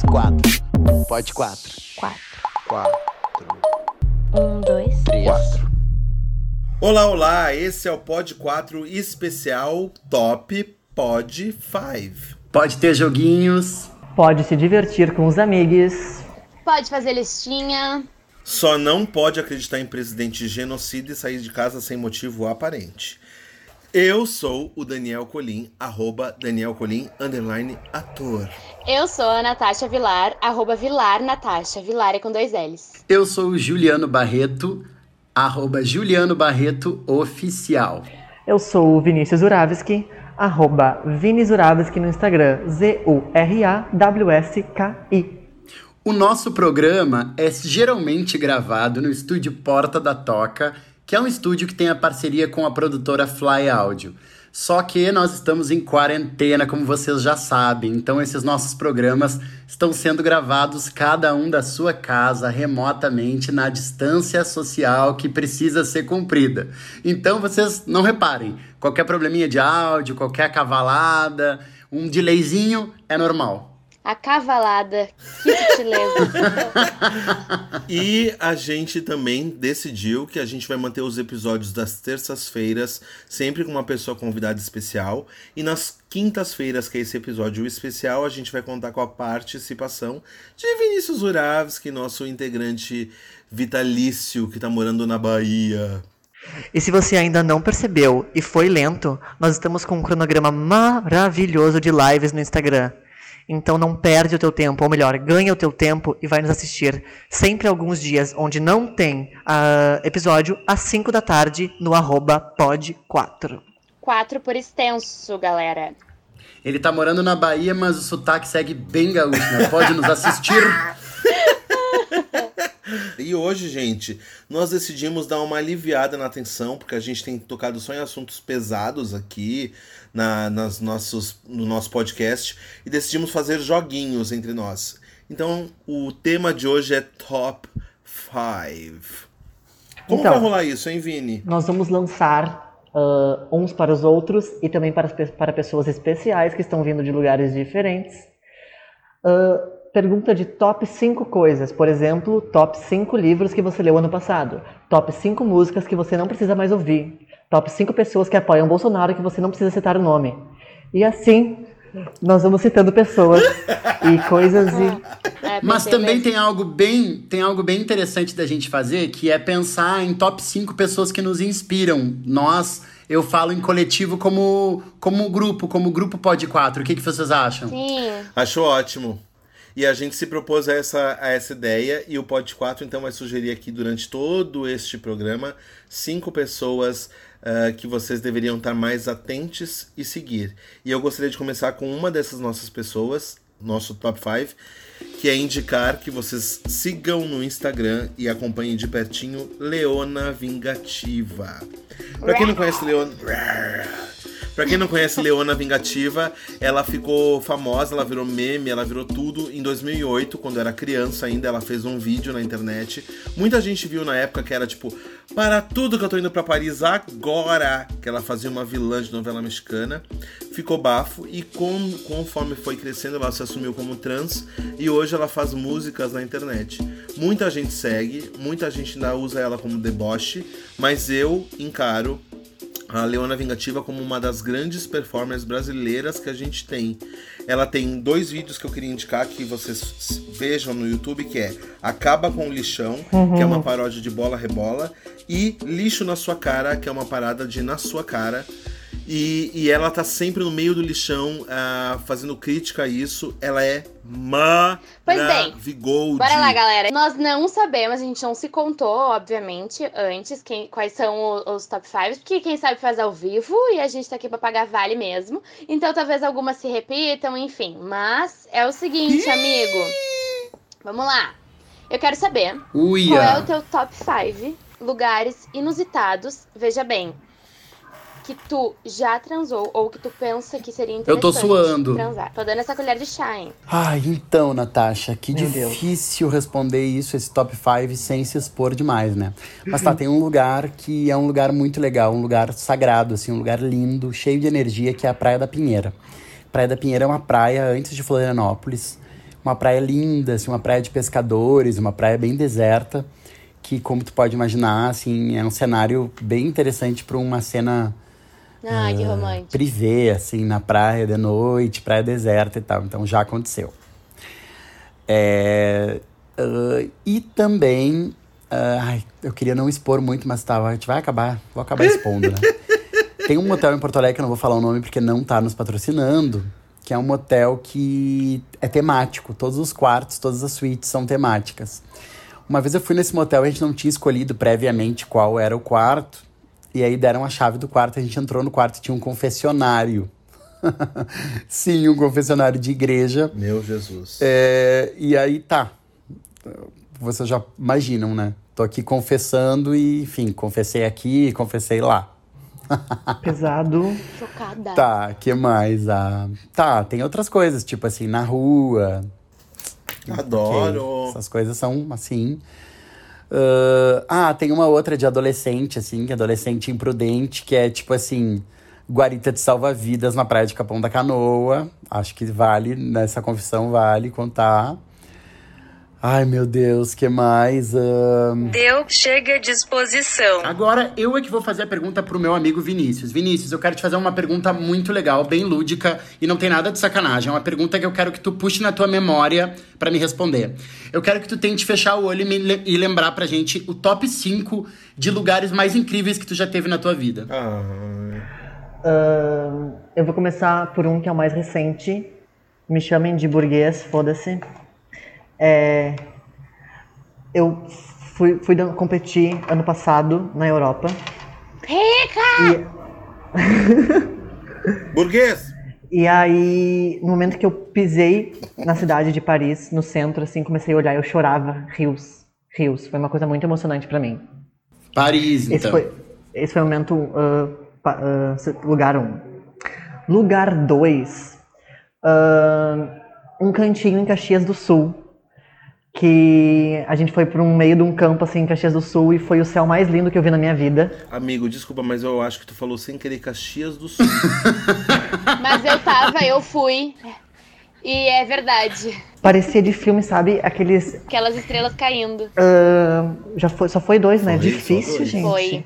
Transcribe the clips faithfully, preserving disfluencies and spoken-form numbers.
Quatro. Pode quatro. Quatro. Quatro. Um, dois, Três. Quatro. Olá, olá, esse é o Pod quatro especial Top Pod cinco. Pode ter joguinhos. Pode se divertir com os amigos. Pode fazer listinha. Só não pode acreditar em presidente genocida e sair de casa sem motivo aparente. Eu sou o Daniel Colim, arroba Daniel Colim, underline ator. Eu sou a Natasha Vilar, arroba Vilar Natasha. Vilar é com dois L's. Eu sou o Juliano Barreto, arroba Juliano Barreto Oficial. Eu sou o Vinícius Zuravski, arroba Vini Zuravski no Instagram, Z U R A W S K I. O nosso programa é geralmente gravado no estúdio Porta da Toca, que é um estúdio que tem a parceria com a produtora Fly Audio. Só que nós estamos em quarentena, como vocês já sabem, então esses nossos programas estão sendo gravados cada um da sua casa, remotamente, na distância social que precisa ser cumprida. Então vocês não reparem, qualquer probleminha de áudio, qualquer cavalada, um delayzinho é normal. A cavalada, que sutileza. E a gente também decidiu que a gente vai manter os episódios das terças-feiras sempre com uma pessoa convidada especial. E nas quintas-feiras, que é esse episódio especial, a gente vai contar com a participação de Vinícius Zuravski, nosso integrante vitalício que tá morando na Bahia. E se você ainda não percebeu e foi lento, nós estamos com um cronograma maravilhoso de lives no Instagram. Então não perde o teu tempo, ou melhor, ganha o teu tempo e vai nos assistir sempre alguns dias onde não tem uh, episódio, às cinco da tarde no arroba pod quatro. Quatro por extenso, galera. Ele tá morando na Bahia, mas o sotaque segue bem gaúcho, né? Pode nos assistir. E hoje, gente, nós decidimos dar uma aliviada na atenção, porque a gente tem tocado só em assuntos pesados aqui na, nas nossos, no nosso podcast, e decidimos fazer joguinhos entre nós. Então, o tema de hoje é Top cinco. Como Então, vai rolar isso, hein, Vini? Nós vamos lançar uh, uns para os outros e também para, para pessoas especiais que estão vindo de lugares diferentes. Uh, Pergunta de top cinco coisas. Por exemplo, top cinco livros que você leu ano passado. Top cinco músicas que você não precisa mais ouvir. Top cinco pessoas que apoiam Bolsonaro que você não precisa citar o nome. E assim, nós vamos citando pessoas e coisas e... É, Mas pensei também mesmo. tem algo, bem, tem algo bem interessante da gente fazer, que é pensar em top cinco pessoas que nos inspiram. Nós, eu falo em coletivo como, como grupo, como grupo Pod quatro. O que, que vocês acham? Sim. Acho ótimo. E a gente se propôs a essa, a essa ideia, e o Pod quatro então vai sugerir aqui durante todo este programa cinco pessoas uh, que vocês deveriam estar mais atentos e seguir. E eu gostaria de começar com uma dessas nossas pessoas, nosso Top cinco, que é indicar que vocês sigam no Instagram e acompanhem de pertinho Leona Vingativa. Pra quem não conhece Leona... Pra quem não conhece Leona Vingativa, ela ficou famosa, ela virou meme, ela virou tudo em dois mil e oito, quando era criança ainda, ela fez um vídeo na internet. Muita gente viu na época que era tipo, para tudo que eu tô indo pra Paris agora, que ela fazia uma vilã de novela mexicana. Ficou bafo e com, conforme foi crescendo ela se assumiu como trans e hoje ela faz músicas na internet. Muita gente segue, muita gente ainda usa ela como deboche, mas eu encaro a Leona Vingativa como uma das grandes performers brasileiras que a gente tem. Ela tem dois vídeos que eu queria indicar que vocês vejam no YouTube, que é Acaba com o Lixão, uhum. que é uma paródia de Bola Rebola, e Lixo na Sua Cara, que é uma parada de Na Sua Cara. E, e ela tá sempre no meio do lixão, uh, fazendo crítica a isso. Ela é maravilhosa. Pois bem, bora lá, galera. Nós não sabemos, a gente não se contou, obviamente, antes quem, quais são os, os top cinco, porque quem sabe faz ao vivo e a gente tá aqui pra pagar vale mesmo. Então talvez algumas se repitam, enfim. Mas é o seguinte, amigo. Vamos lá. Eu quero saber Uia. Qual é o teu top cinco lugares inusitados, veja bem, que tu já transou ou que tu pensa que seria interessante Eu tô suando. transar. Tô dando essa colher de chá, hein? Ai, então, Natasha, que Meu difícil Deus. responder isso, esse top cinco, sem se expor demais, né? Mas tá, tem um lugar que é um lugar muito legal, um lugar sagrado, assim, um lugar lindo, cheio de energia, que é a Praia da Pinheira. Praia da Pinheira é uma praia antes de Florianópolis, uma praia linda, assim, uma praia de pescadores, uma praia bem deserta, que, como tu pode imaginar, assim, é um cenário bem interessante para uma cena Ai, que uh, romântico. privê, assim, na praia de noite, praia deserta e tal. Então, já aconteceu. É, uh, e também, uh, ai, eu queria não expor muito, mas tá, a gente vai acabar, vou acabar expondo, né? Tem um motel em Porto Alegre, que eu não vou falar o nome porque não tá nos patrocinando, que é um motel que é temático. Todos os quartos, todas as suítes são temáticas. Uma vez eu fui nesse motel e a gente não tinha escolhido previamente qual era o quarto. E aí deram a chave do quarto, a gente entrou no quarto e tinha um confessionário. Sim, um confessionário de igreja. Meu Jesus. É, e aí tá. Vocês já imaginam, né? Tô aqui confessando e, enfim, confessei aqui, confessei lá. Pesado. Chocada. Tá, que mais? Ah, tá, tem outras coisas, tipo assim, na rua. Adoro. Okay, essas coisas são assim. Uh, ah, tem uma outra de adolescente, assim, que é adolescente imprudente, que é tipo assim, guarita de salva-vidas na praia de Capão da Canoa. Acho que vale, nessa confissão vale contar. Ai, meu Deus, que mais? Uh... Deu, chega de exposição. Agora, eu é que vou fazer a pergunta pro meu amigo Vinícius. Vinícius, eu quero te fazer uma pergunta muito legal, bem lúdica, e não tem nada de sacanagem. É uma pergunta que eu quero que tu puxe na tua memória pra me responder. Eu quero que tu tente fechar o olho e, me le- e lembrar pra gente o top cinco de lugares mais incríveis que tu já teve na tua vida. Ah, Ahn, eu vou começar por um que é o mais recente. Me chamem de burguês, foda-se. É, eu fui, fui dan- competir ano passado na Europa. Rica! burguês! E aí, no momento que eu pisei na cidade de Paris, no centro, assim, comecei a olhar, eu chorava, rios, rios. Foi uma coisa muito emocionante pra mim. Paris, então. Esse foi, esse foi o momento, uh, pa- uh, lugar um. Lugar dois, uh, um cantinho em Caxias do Sul, que a gente foi para um meio de um campo, assim, em Caxias do Sul, e foi o céu mais lindo que eu vi na minha vida. Amigo, desculpa, mas eu acho que tu falou sem querer Caxias do Sul. Mas eu tava, eu fui. E é verdade. Parecia de filme, sabe? Aqueles... Aquelas estrelas caindo. Uh, já foi, só foi dois, né? Foi, Difícil, só dois. gente. Foi.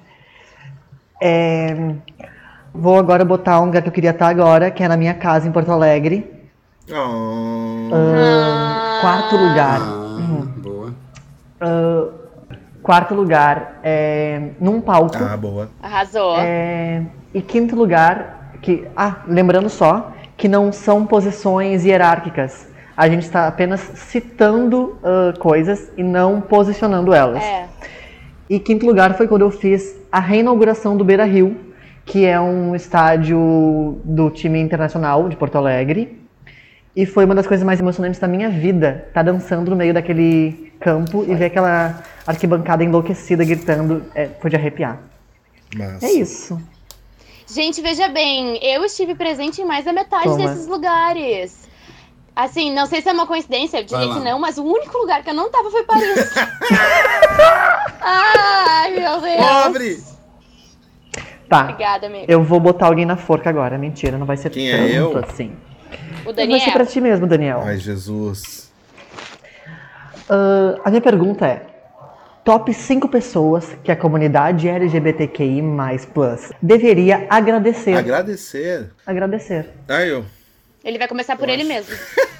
É, vou agora botar um lugar que eu queria estar agora, que é na minha casa em Porto Alegre. Oh. Uh, quarto lugar. Ah, boa. Uh, quarto lugar, é, num palco. Ah, boa. Arrasou. É, e quinto lugar, que, ah, lembrando só, que não são posições hierárquicas. A gente está apenas citando uh, coisas e não posicionando elas. É. E quinto lugar foi quando eu fiz a reinauguração do Beira-Rio, que é um estádio do time internacional de Porto Alegre. E foi uma das coisas mais emocionantes da minha vida, estar dançando no meio daquele campo e ver aquela arquibancada enlouquecida gritando. É, foi de arrepiar. Massa. É isso. Gente, veja bem, eu estive presente em mais da metade Toma. desses lugares. Assim, não sei se é uma coincidência, eu diria Vai lá. que não, mas o único lugar que eu não tava foi Paris. Ai, meu Deus. Pobre! Tá, Obrigada, amigo. eu vou botar alguém na forca agora. Mentira, não vai ser Quem tanto é eu? assim. O Vai ser pra Daniel. ti mesmo, Daniel. Ai, Jesus. Ah, a minha pergunta é: top cinco pessoas que a comunidade L G B T Q I mais plus deveria agradecer. Agradecer. Agradecer. Ai, eu. Ele vai começar por Eu ele acho. mesmo.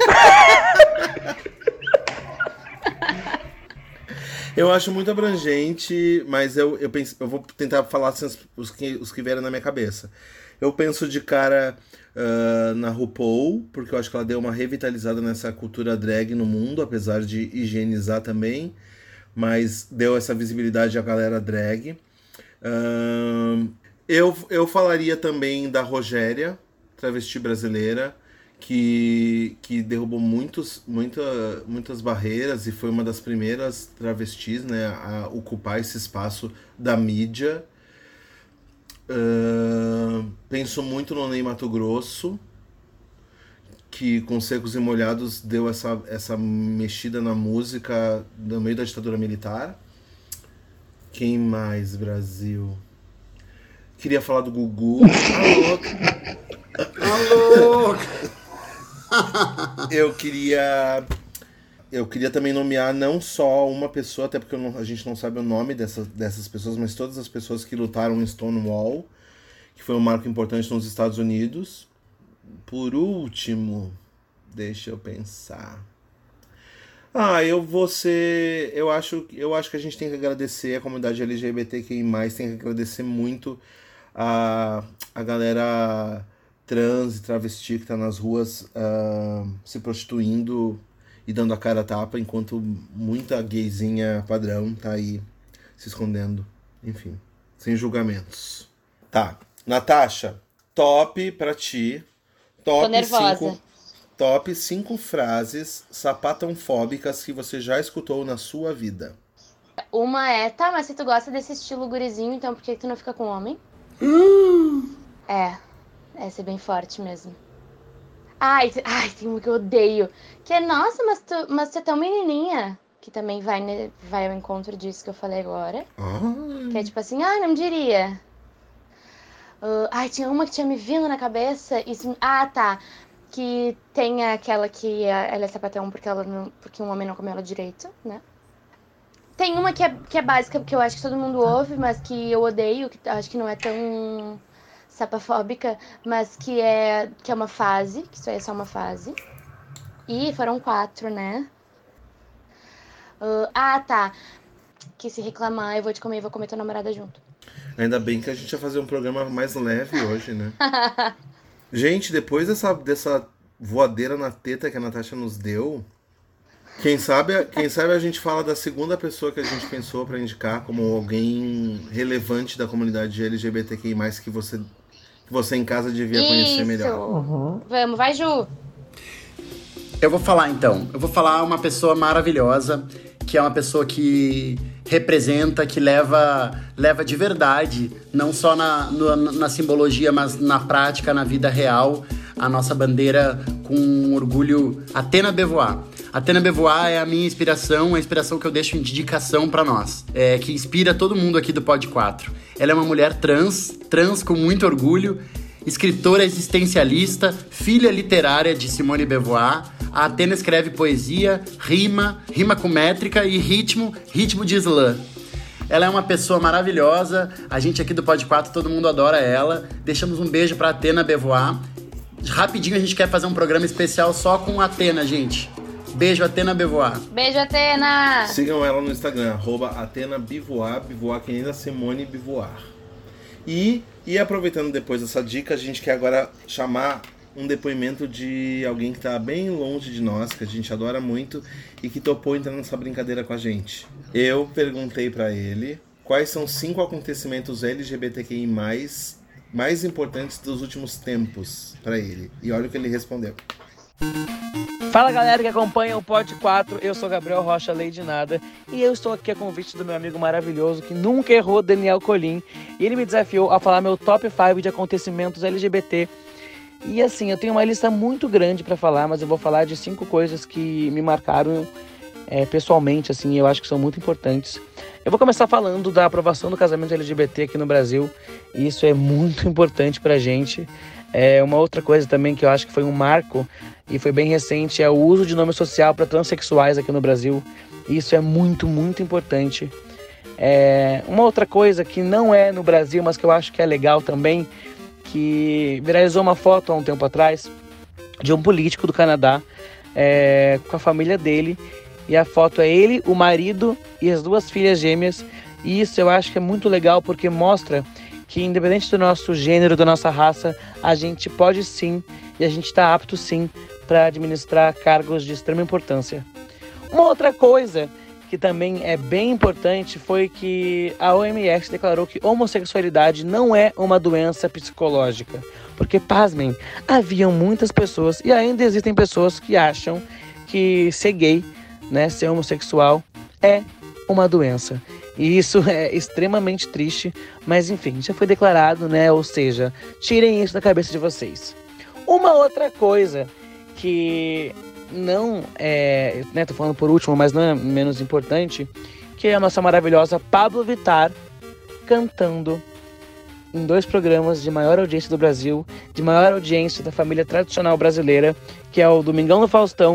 Eu acho muito abrangente, mas eu, eu, penso, eu vou tentar falar assim, os- os, que, os que vieram na minha cabeça. Eu penso de cara ah, na RuPaul, porque eu acho que ela deu uma revitalizada nessa cultura drag no mundo, apesar de higienizar também, mas deu essa visibilidade à galera drag. Ahn, eu, eu falaria também da Rogéria, travesti brasileira, que, que derrubou muitos, muita, muitas barreiras e foi uma das primeiras travestis, né, a ocupar esse espaço da mídia. Ahn, penso muito no Ney Matogrosso, que com Secos e Molhados deu essa, essa mexida na música no meio da ditadura militar. Quem mais, Brasil? Queria falar do Gugu. Ah, louco. Alô! Eu queria eu queria também nomear não só uma pessoa, até porque não, a gente não sabe o nome dessa, dessas pessoas, mas todas as pessoas que lutaram em Stonewall, que foi um marco importante nos Estados Unidos. Por último, deixa eu pensar. Ah, eu vou ser... Eu acho, eu acho que a gente tem que agradecer a comunidade L G B T Q I mais, tem que agradecer muito a, a galera trans e travesti que tá nas ruas uh, se prostituindo e dando a cara a tapa, enquanto muita gayzinha padrão tá aí se escondendo. Enfim, sem julgamentos. Tá, Natasha, top pra ti. Top Tô nervosa. Cinco, top cinco frases sapatonfóbicas que você já escutou na sua vida. Uma é, tá, mas se tu gosta desse estilo gurizinho, então por que tu não fica com homem? É, essa é bem forte mesmo. Ai, ai, tem uma que eu odeio. Que é, nossa, mas tu, mas tu é tão menininha. Que também vai, né, vai ao encontro disso que eu falei agora. Ai. Que é tipo assim, ah, não diria. Uh, ai, tinha uma que tinha me vindo na cabeça. Isso, ah, tá. Que tem aquela que ela é sapatão porque, ela não, porque um homem não comeu ela direito, né? Tem uma que é, que é básica, que eu acho que todo mundo ouve, mas que eu odeio, que acho que não é tão sapafóbica, mas que é, que é uma fase, que isso aí é só uma fase. E foram quatro, né? Uh, ah, tá. Que se reclamar, eu vou te comer e vou comer tua namorada junto. Ainda bem que a gente vai fazer um programa mais leve hoje, né? Gente, depois dessa, dessa voadeira na teta que a Natasha nos deu, quem sabe, quem sabe a gente fala da segunda pessoa que a gente pensou pra indicar como alguém relevante da comunidade L G B T Q I mais, que você, que você em casa devia conhecer Isso. melhor. Uhum. Vamos, vai, Ju. Eu vou falar então. Eu vou falar uma pessoa maravilhosa, que é uma pessoa que representa, que leva, leva de verdade, não só na, no, na simbologia, mas na prática, na vida real, a nossa bandeira com orgulho. Atena Beauvoir. Atena Beauvoir é a minha inspiração, a inspiração que eu deixo em dedicação pra nós, é, que inspira todo mundo aqui do Pod quatro. Ela é uma mulher trans, trans com muito orgulho, escritora existencialista, filha literária de Simone de Beauvoir. A Atena escreve poesia, rima, rima com métrica e ritmo, ritmo de slam. Ela é uma pessoa maravilhosa, a gente aqui do Pod quatro, todo mundo adora ela. Deixamos um beijo pra Atena Beauvoir. Rapidinho a gente quer fazer um programa especial só com a Atena, gente. Beijo, Atena Beauvoir. Beijo, Atena! Sigam ela no Instagram, arroba Atena Beauvoir, Beauvoir que nem da Simone Beauvoir. E, e aproveitando depois dessa dica, a gente quer agora chamar um depoimento de alguém que está bem longe de nós, que a gente adora muito e que topou entrar nessa brincadeira com a gente. Eu perguntei para ele quais são cinco acontecimentos L G B T Q I mais, mais importantes dos últimos tempos para ele. E olha o que ele respondeu. Fala galera que acompanha o Pod quatro, eu sou Gabriel Rocha, Lei de Nada, e eu estou aqui a convite do meu amigo maravilhoso que nunca errou, Daniel Colim, e ele me desafiou a falar meu top cinco de acontecimentos L G B T. E assim, eu tenho uma lista muito grande para falar, mas eu vou falar de cinco coisas que me marcaram é, pessoalmente, assim, eu acho que são muito importantes. Eu vou começar falando da aprovação do casamento L G B T aqui no Brasil, e isso é muito importante pra gente. É, uma outra coisa também que eu acho que foi um marco, e foi bem recente, é o uso de nome social para transexuais aqui no Brasil. Isso é muito, muito importante. É, uma outra coisa que não é no Brasil, mas que eu acho que é legal também, que viralizou uma foto há um tempo atrás de um político do Canadá é, com a família dele, e a foto é ele, o marido e as duas filhas gêmeas, e isso eu acho que é muito legal porque mostra que independente do nosso gênero, da nossa raça, a gente pode sim, e a gente está apto sim para administrar cargos de extrema importância. Uma outra coisa que também é bem importante foi que a O M S declarou que homossexualidade não é uma doença psicológica. Porque, pasmem, haviam muitas pessoas, e ainda existem pessoas que acham que ser gay, né, ser homossexual, é uma doença. E isso é extremamente triste, mas enfim, já foi declarado, né? Ou seja, tirem isso da cabeça de vocês. Uma outra coisa que não é, né, tô falando por último, mas não é menos importante, que é a nossa maravilhosa Pablo Vittar cantando em dois programas de maior audiência do Brasil, de maior audiência da família tradicional brasileira, que é o Domingão do Faustão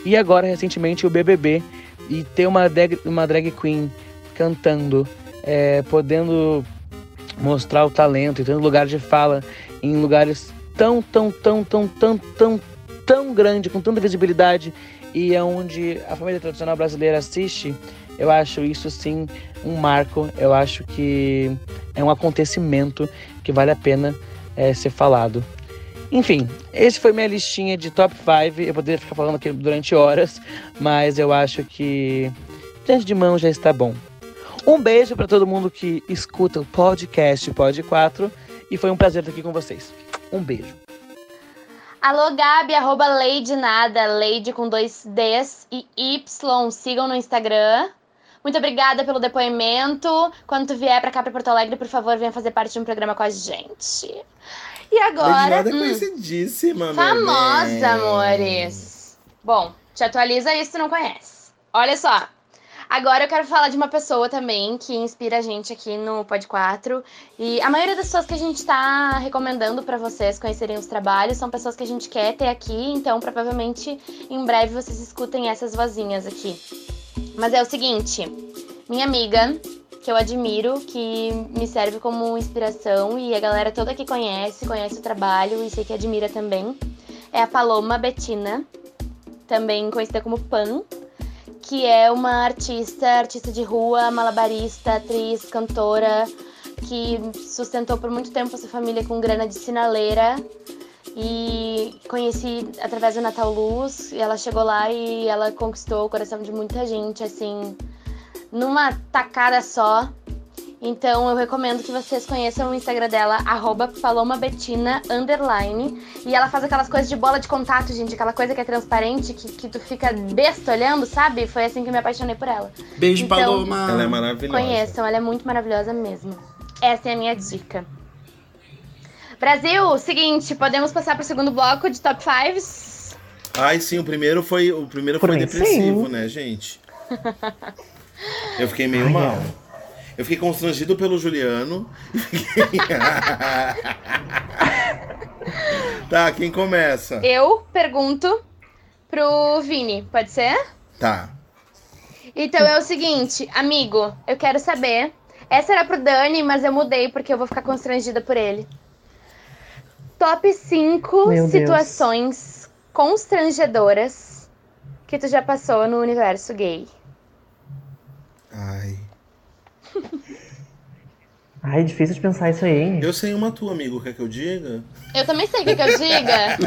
E agora, recentemente, o B B B. E ter uma drag, uma drag queen cantando, é, podendo mostrar o talento e tendo lugar de fala em lugares tão, tão, tão, tão, tão, tão, tão grande, com tanta visibilidade, e é onde a família tradicional brasileira assiste, eu acho isso sim um marco, eu acho que é um acontecimento que vale a pena é, ser falado. Enfim, esse foi minha listinha de top cinco, eu poderia ficar falando aqui durante horas, mas eu acho que diante de mão já está bom. Um beijo para todo mundo que escuta o podcast Pod quatro e foi um prazer estar aqui com vocês. Um beijo. Alô, Gabi, arroba Lady Nada, Lady com dois Ds e Y. Sigam no Instagram. Muito obrigada pelo depoimento. Quando tu vier pra cá, pra Porto Alegre, por favor, venha fazer parte de um programa com a gente. E agora... Lady Nada é hum, conhecidíssima, famosa, bem. amores. Bom, te atualiza isso, tu não conhece. Olha só. Agora eu quero falar de uma pessoa também que inspira a gente aqui no Pod quatro. E a maioria das pessoas que a gente tá recomendando pra vocês conhecerem os trabalhos são pessoas que a gente quer ter aqui. Então, provavelmente, em breve vocês escutem essas vozinhas aqui. Mas é o seguinte, minha amiga, que eu admiro, que me serve como inspiração e a galera toda que conhece, conhece o trabalho e sei que admira também, é a Paloma Bettina, também conhecida como Pan, que é uma artista, artista de rua, malabarista, atriz, cantora, que sustentou por muito tempo essa família com grana de sinaleira. E conheci através do Natal Luz, e ela chegou lá e ela conquistou o coração de muita gente, assim, numa tacada só. Então eu recomendo que vocês conheçam o Instagram dela, arroba palomabetina, underline. E ela faz aquelas coisas de bola de contato, gente, aquela coisa que é transparente, que, que tu fica besta olhando, sabe? Foi assim que eu me apaixonei por ela. Beijo, então, Paloma! Ela é maravilhosa. Conheçam, ela é muito maravilhosa mesmo. Essa é a minha dica. Brasil, seguinte, podemos passar pro segundo bloco de top fives? Ai, sim, o primeiro foi, o primeiro foi depressivo, sim, né, gente? Eu fiquei meio mal. Eu fiquei constrangido pelo Juliano. Tá, quem começa? Eu pergunto pro Vini, pode ser? Tá. Então é o seguinte, amigo, eu quero saber. Essa era pro Dani, mas eu mudei porque eu vou ficar constrangida por ele. Top cinco Meu situações Deus. constrangedoras que tu já passou no universo gay. Ai. Ai, difícil de pensar isso aí, hein? Eu sei uma tua, amigo, quer que eu diga? Eu também sei o que, que eu diga.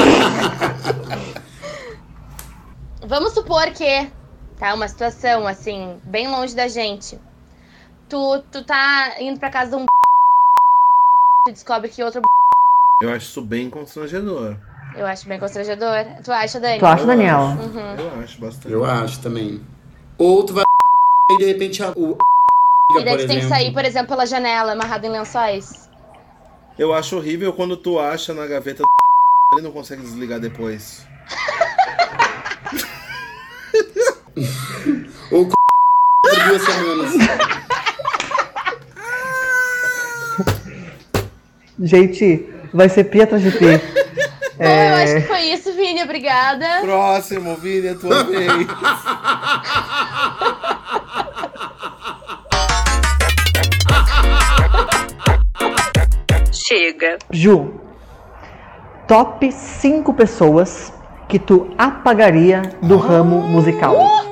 Vamos supor que, tá, uma situação, assim, bem longe da gente. Tu, tu tá indo pra casa de um e descobre que outro Eu acho isso bem constrangedor. Eu acho bem constrangedor. Tu acha, Dani? Tu acha, Eu Daniel? acho. Uhum. Eu acho bastante. Eu acho também. Ou tu vai e de repente a, o E daí tu tem que sair, por exemplo, pela janela, amarrado em lençóis. Eu acho horrível quando tu acha na gaveta e não consegue desligar depois. Ou por duas semanas. Gente, vai ser pi atrás de pi. Bom, é... eu acho que foi isso, Vini. Obrigada. Próximo, Vini, a tua vez. Chega. Ju, top cinco pessoas que tu apagaria do ramo musical.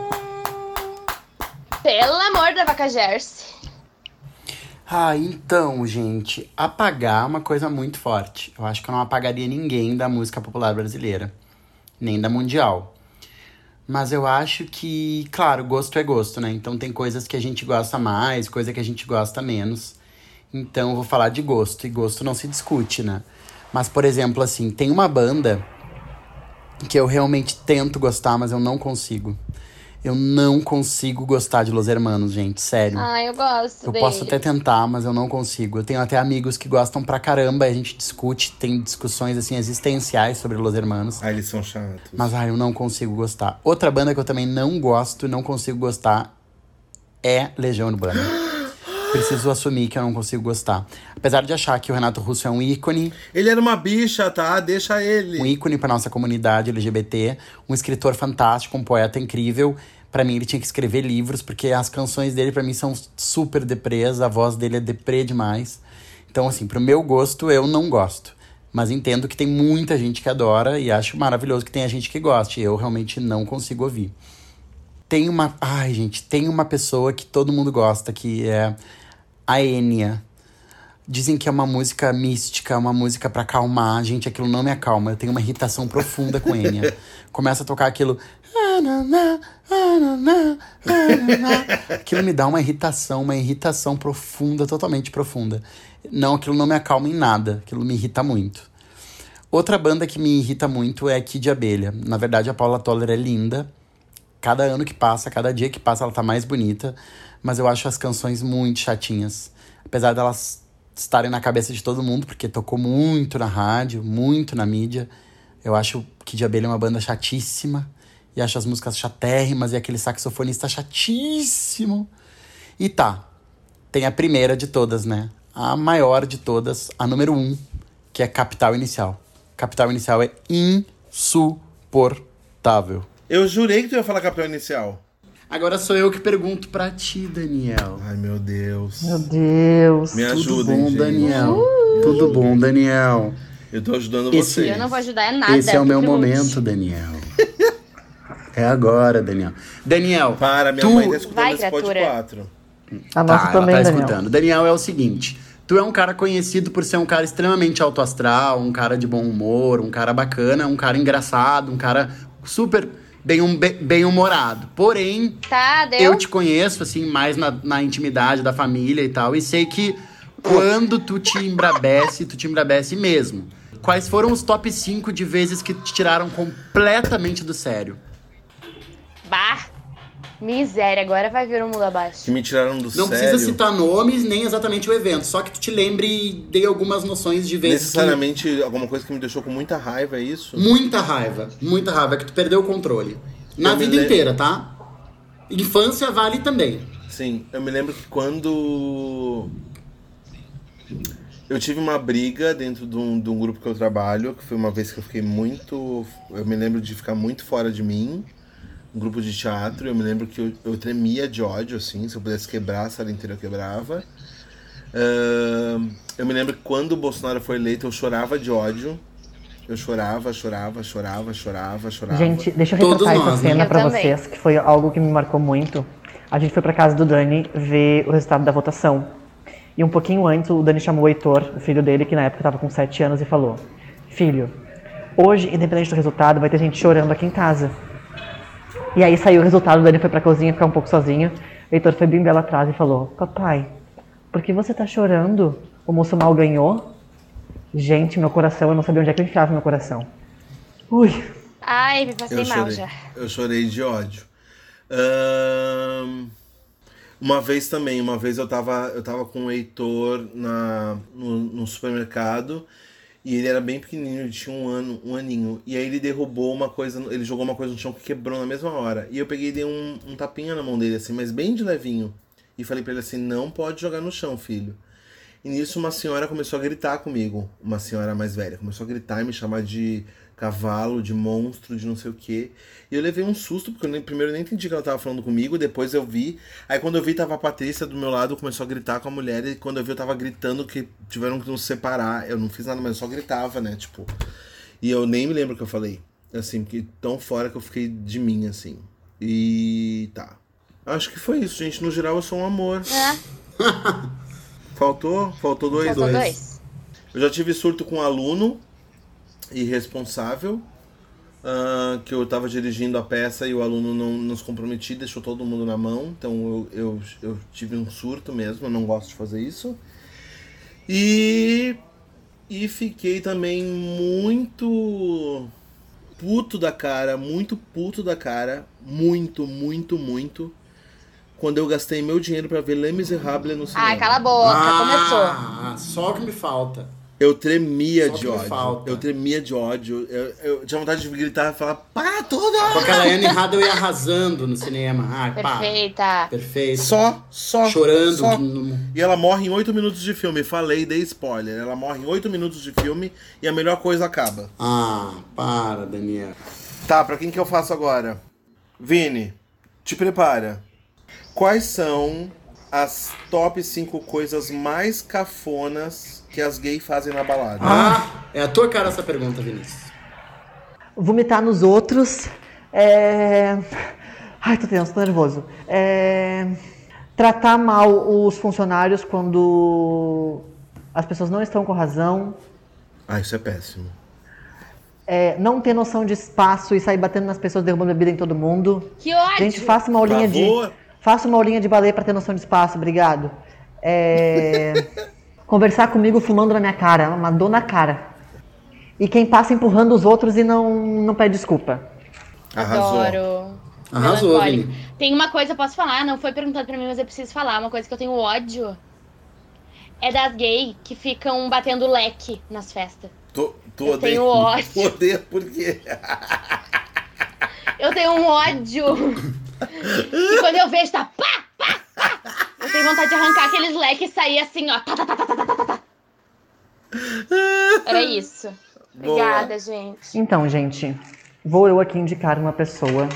Pelo amor da vaca Jersey. Ah, então, gente, apagar é uma coisa muito forte. Eu acho que eu não apagaria ninguém da música popular brasileira, nem da mundial. Mas eu acho que, claro, gosto é gosto, né? Então tem coisas que a gente gosta mais, coisa que a gente gosta menos. Então eu vou falar de gosto, e gosto não se discute, né? Mas, por exemplo, assim, tem uma banda que eu realmente tento gostar, mas eu não consigo. Eu não consigo gostar de Los Hermanos, gente, sério. Ah, eu gosto Eu deles. posso até tentar, mas eu não consigo. Eu tenho até amigos que gostam pra caramba, a gente discute, tem discussões, assim, existenciais sobre Los Hermanos. Ah, eles são chatos. Mas, ai, eu não consigo gostar. Outra banda que eu também não gosto, não consigo gostar, é Legião Urbana. Preciso assumir que eu não consigo gostar. Apesar de achar que o Renato Russo é um ícone. Ele era uma bicha, tá? Deixa ele. Um ícone pra nossa comunidade L G B T. Um escritor fantástico, um poeta incrível. Pra mim, ele tinha que escrever livros, porque as canções dele, pra mim, são super deprês. A voz dele é deprê demais. Então, assim, pro meu gosto, eu não gosto. Mas entendo que tem muita gente que adora e acho maravilhoso que tenha gente que goste. Eu realmente não consigo ouvir. Tem uma... Ai, gente, tem uma pessoa que todo mundo gosta, que é a Enya. Dizem que é uma música mística, uma música pra acalmar. Gente, aquilo não me acalma. Eu tenho uma irritação profunda com Enya. Começa a tocar aquilo... Aquilo me dá uma irritação, uma irritação profunda, totalmente profunda. Não, aquilo não me acalma em nada. Aquilo me irrita muito. Outra banda que me irrita muito é Kid Abelha. Na verdade, a Paula Toller é linda. Cada ano que passa, cada dia que passa, ela tá mais bonita. Mas eu acho as canções muito chatinhas. Apesar delas estarem na cabeça de todo mundo, porque tocou muito na rádio, muito na mídia. Eu acho que Kid Abelha é uma banda chatíssima. E acho as músicas chatérrimas e aquele saxofonista chatíssimo. E tá, tem a primeira de todas, né? A maior de todas, a número um, que é Capital Inicial. Capital Inicial é insuportável. Eu jurei que tu ia falar Capital Inicial. Agora sou eu que pergunto pra ti, Daniel. Ai, meu Deus. Meu Deus. Me Tudo ajudem, bom, gente. Daniel? Me Tudo ajudem. bom, Daniel? Eu tô ajudando Esse- vocês. Eu não vou ajudar é nada. Esse é o meu fique lute. momento, Daniel. É agora, Daniel. Daniel, Para, minha tu... mãe tá escutando Vai, esse pod criatura. quatro. A nossa tá, também, ela tá Daniel. escutando. Daniel, é o seguinte. Tu é um cara conhecido por ser um cara extremamente alto astral, um cara de bom humor, um cara bacana, um cara engraçado, um cara super bem, um, bem humorado. Porém, Tá, deu? eu te conheço, assim, mais na, na intimidade da família e tal. E sei que quando tu te embrabece, tu te embrabece mesmo. Quais foram os top cinco de vezes que te tiraram completamente do sério? Bah. Miséria, agora vai vir um mundo abaixo. Que me tiraram do Não sério. precisa citar nomes, nem exatamente o evento. Só que tu te lembre e dê algumas noções de vezes que... Necessariamente alguma coisa que me deixou com muita raiva, é isso? Muita raiva. Muita raiva, que tu perdeu o controle. Na Eu me vida le- inteira, tá? Infância vale também. Sim, eu me lembro que quando eu tive uma briga dentro de um, de um grupo que eu trabalho, que foi uma vez que eu fiquei muito... Eu me lembro de ficar muito fora de mim, um grupo de teatro, eu me lembro que eu, eu tremia de ódio, assim, se eu pudesse quebrar a sala inteira eu quebrava. Ahn, eu me lembro que quando o Bolsonaro foi eleito eu chorava de ódio, eu chorava, chorava, chorava, chorava, chorava. Gente, deixa eu Todos retratar nós, essa né? cena Eu pra também. vocês, que foi algo que me marcou muito. A gente foi pra casa do Dani ver o resultado da votação. E um pouquinho antes, o Dani chamou o Heitor, o filho dele, que na época tava com sete anos, e falou: Filho, hoje, independente do resultado, vai ter gente chorando aqui em casa. E aí saiu o resultado, o Dani foi pra cozinha ficar um pouco sozinho. O Heitor foi bem belo atrás e falou: Papai, por que você tá chorando? O moço mal ganhou? Gente, meu coração, eu não sabia onde é que eu enfiava meu coração. Ui. Ai, me passei Eu mal chorei. já. Eu chorei de ódio. Ahn, Uma vez também, uma vez eu tava, eu tava com o Heitor na, no, no supermercado e ele era bem pequenininho, ele tinha um ano, um aninho. E aí ele derrubou uma coisa, ele jogou uma coisa no chão que quebrou na mesma hora. E eu peguei e dei um, um tapinha na mão dele, assim, mas bem de levinho. E falei pra ele assim, não pode jogar no chão, filho. E nisso uma senhora começou a gritar comigo, uma senhora mais velha, começou a gritar e me chamar de cavalo, de monstro, de não sei o quê. E eu levei um susto, porque eu nem, primeiro eu nem entendi que ela tava falando comigo, depois eu vi. Aí quando eu vi, tava a Patrícia do meu lado, começou a gritar com a mulher, e quando eu vi, eu tava gritando que tiveram que nos separar. Eu não fiz nada, mas eu só gritava, né, tipo... E eu nem me lembro o que eu falei, assim, porque tão fora que eu fiquei de mim, assim. E... tá. Acho que foi isso, gente. No geral, eu sou um amor. É, Faltou? Faltou dois? faltou dois. Eu já tive surto com um aluno irresponsável, ah, que eu tava dirigindo a peça e o aluno não nos comprometia, deixou todo mundo na mão. Então eu, eu, eu tive um surto mesmo, eu não gosto de fazer isso. E, e fiquei também muito puto da cara, muito puto da cara, muito, muito, muito, quando eu gastei meu dinheiro pra ver Les Misérables no cinema. Ai, cala a boca, começou. Ah, só o que me falta. Eu tremia Só de que ódio. falta. Eu tremia de ódio. Eu, eu tinha vontade de gritar e falar, para tudo! Com aquela Anne Hathaway arrasando no cinema. Ai, pá. Perfeita. Perfeito. Só, só. Chorando. Só. No- E ela morre em oito minutos de filme. Falei, dei spoiler. Ela morre em oito minutos de filme e a melhor coisa acaba. Ah, para, Daniel. Tá, pra quem que eu faço agora? Vini, te prepara. Quais são as top cinco coisas mais cafonas que as gays fazem na balada? Ah, é a tua cara essa pergunta, Vinícius. Vomitar nos outros. É... Ai, tô tenso, tô nervoso. É... Tratar mal os funcionários quando as pessoas não estão com razão. Ah, isso é péssimo. É... Não ter noção de espaço e sair batendo nas pessoas, derrubando bebida em todo mundo. Que ódio! Gente, faça uma aulinha de... Favor. Faça uma aulinha de balé pra ter noção de espaço, obrigado. É... Conversar comigo fumando na minha cara, uma dor na cara. E quem passa empurrando os outros e não, não pede desculpa. Arrasou. Adoro. Arrasou, Melancólico. Vini. Tem uma coisa, posso falar? Não foi perguntado pra mim, mas eu preciso falar. Uma coisa que eu tenho ódio é das gays que ficam batendo leque nas festas. Tu, tu Eu odeia, tenho ódio. Tu odeia por quê? Eu tenho um ódio. E quando eu vejo, tá pá, pá, pá. Eu tenho vontade de arrancar aqueles leques e sair assim, ó. Tá, tá, tá, tá, tá, tá, tá. Era isso. Boa. Obrigada, gente. Então, gente, vou eu aqui indicar uma pessoa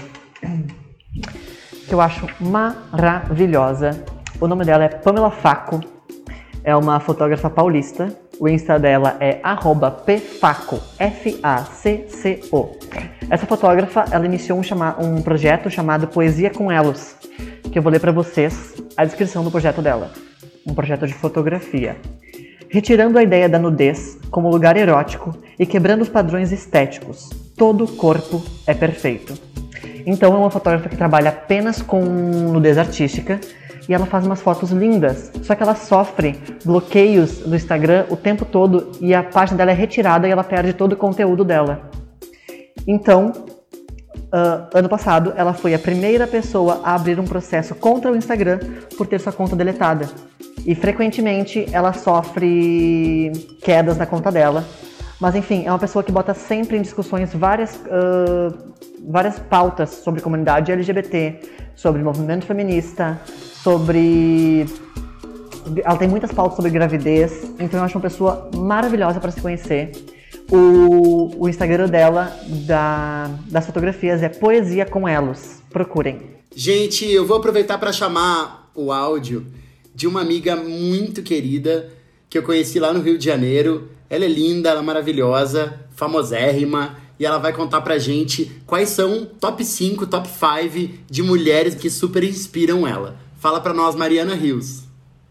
que eu acho maravilhosa. O nome dela é Pamela Facco. É uma fotógrafa paulista. O Insta dela é arroba pfacco, F A C C O. Essa fotógrafa, ela iniciou um, chama- um projeto chamado Poesia com Elos, que eu vou ler para vocês a descrição do projeto dela. Um projeto de fotografia. Retirando a ideia da nudez como lugar erótico e quebrando os padrões estéticos. Todo corpo é perfeito. Então é uma fotógrafa que trabalha apenas com nudez artística e ela faz umas fotos lindas, só que ela sofre bloqueios do Instagram o tempo todo e a página dela é retirada e ela perde todo o conteúdo dela. Então, uh, ano passado, ela foi a primeira pessoa a abrir um processo contra o Instagram por ter sua conta deletada. E frequentemente ela sofre quedas na conta dela. Mas enfim, é uma pessoa que bota sempre em discussões várias, uh, várias pautas sobre comunidade L G B T, sobre movimento feminista, sobre... Ela tem muitas pautas sobre gravidez, então eu acho uma pessoa maravilhosa para se conhecer. O, o Instagram dela, da, das fotografias, é Poesia com Elos. Procurem. Gente, eu vou aproveitar para chamar o áudio de uma amiga muito querida que eu conheci lá no Rio de Janeiro. Ela é linda, ela é maravilhosa, famosérrima, e ela vai contar pra gente quais são top cinco, top cinco de mulheres que super inspiram ela. Fala pra nós, Mariana Rios.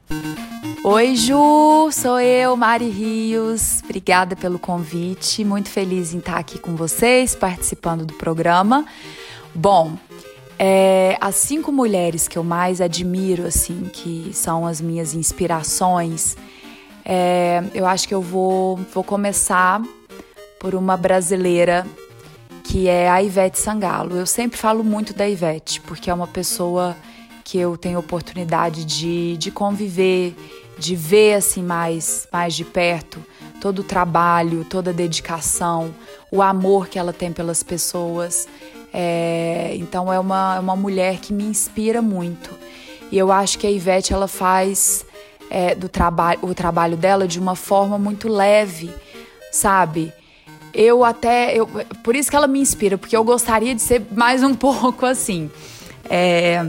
Oi, Ju! Sou eu, Mari Rios. Obrigada pelo convite. Muito feliz em estar aqui com vocês, participando do programa. Bom, é, as cinco mulheres que eu mais admiro, assim, que são as minhas inspirações, é, eu acho que eu vou, vou começar por uma brasileira que é a Ivete Sangalo. Eu sempre falo muito da Ivete, porque é uma pessoa que eu tenho oportunidade de, de conviver, de ver assim mais, mais de perto todo o trabalho, toda a dedicação, o amor que ela tem pelas pessoas. É, então é uma, é uma mulher que me inspira muito. E eu acho que a Ivete ela faz é, do traba- o trabalho dela de uma forma muito leve, sabe? Eu até... Eu, por isso que ela me inspira, porque eu gostaria de ser mais um pouco assim. É...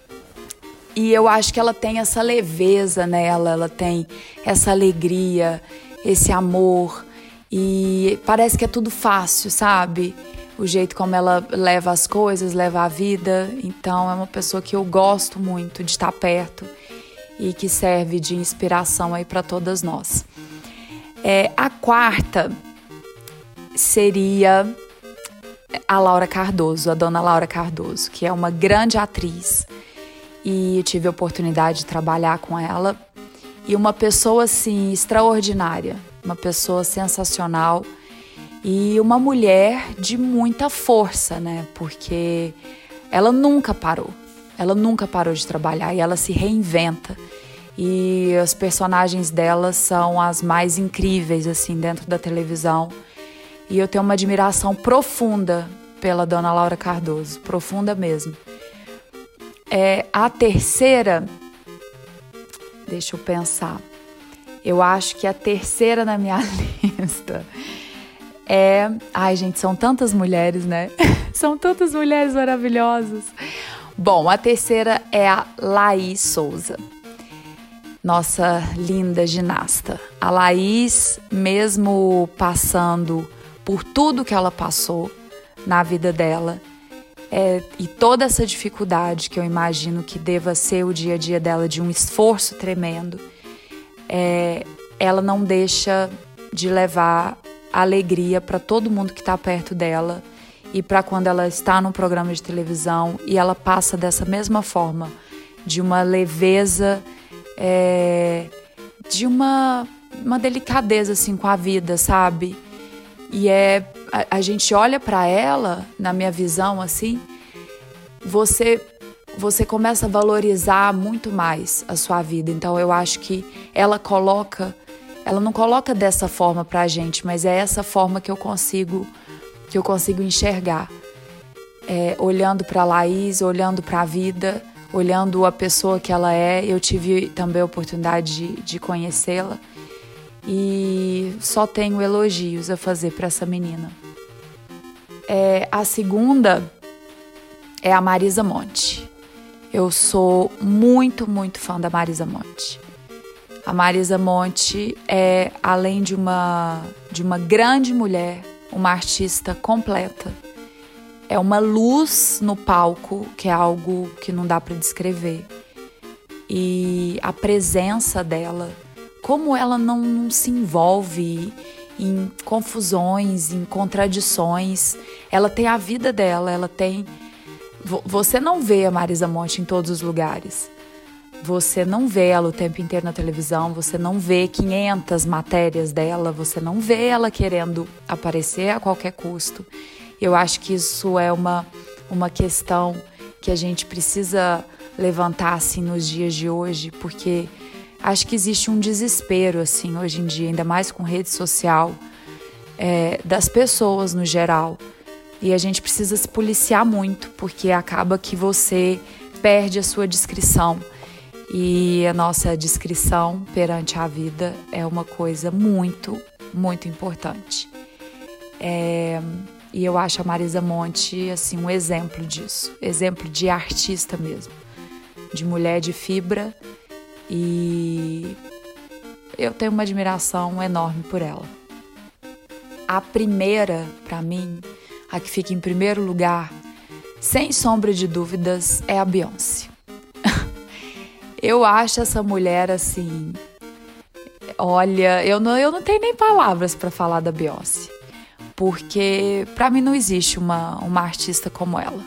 E eu acho que ela tem essa leveza nela, ela tem essa alegria, esse amor. E parece que é tudo fácil, sabe? O jeito como ela leva as coisas, leva a vida. Então é uma pessoa que eu gosto muito de estar perto e que serve de inspiração aí para todas nós. É, a quarta seria a Laura Cardoso, a dona Laura Cardoso, que é uma grande atriz. E eu tive a oportunidade de trabalhar com ela. E uma pessoa, assim, extraordinária. Uma pessoa sensacional. E uma mulher de muita força, né? Porque ela nunca parou. Ela nunca parou de trabalhar e ela se reinventa. E as personagens delas são as mais incríveis, assim, dentro da televisão. E eu tenho uma admiração profunda pela Dona Laura Cardoso, profunda mesmo. É, a terceira, deixa eu pensar, eu acho que a terceira na minha lista é... Ai, gente, são tantas mulheres, né? São tantas mulheres maravilhosas. Bom, a terceira é a Laís Souza, nossa linda ginasta. A Laís, mesmo passando por tudo que ela passou na vida dela, é, e toda essa dificuldade que eu imagino que deva ser o dia a dia dela, de um esforço tremendo, é, ela não deixa de levar alegria para todo mundo que está perto dela, e para quando ela está num programa de televisão e ela passa dessa mesma forma, de uma leveza, é, de uma, uma delicadeza assim com a vida, sabe? E é, a, a gente olha para ela, na minha visão, assim, você, você começa a valorizar muito mais a sua vida. Então eu acho que ela coloca, ela não coloca dessa forma pra gente, mas é essa forma que eu consigo, que eu consigo enxergar. É, olhando pra Laís, olhando pra vida, olhando a pessoa que ela é. Eu tive também a oportunidade de, de conhecê-la. E só tenho elogios a fazer para essa menina. É, a segunda é a Marisa Monte. Eu sou muito, muito fã da Marisa Monte. A Marisa Monte é, além de uma, de uma grande mulher, uma artista completa. É uma luz no palco, que é algo que não dá para descrever. E a presença dela, como ela não, não se envolve em confusões, em contradições. Ela tem a vida dela, ela tem... Você não vê a Marisa Monte em todos os lugares. Você não vê ela o tempo inteiro na televisão, você não vê quinhentas matérias dela, você não vê ela querendo aparecer a qualquer custo. Eu acho que isso é uma, uma questão que a gente precisa levantar assim, nos dias de hoje, porque acho que existe um desespero assim, hoje em dia, ainda mais com rede social, é, das pessoas no geral. E a gente precisa se policiar muito, porque acaba que você perde a sua discrição. E a nossa discrição perante a vida é uma coisa muito, muito importante. É, e eu acho a Marisa Monte assim, um exemplo disso. Exemplo de artista mesmo. De mulher de fibra. E eu tenho uma admiração enorme por ela. A primeira, para mim, a que fica em primeiro lugar, sem sombra de dúvidas, é a Beyoncé. Eu acho essa mulher assim... Olha, eu não, eu não tenho nem palavras para falar da Beyoncé. Porque para mim não existe uma, uma artista como ela.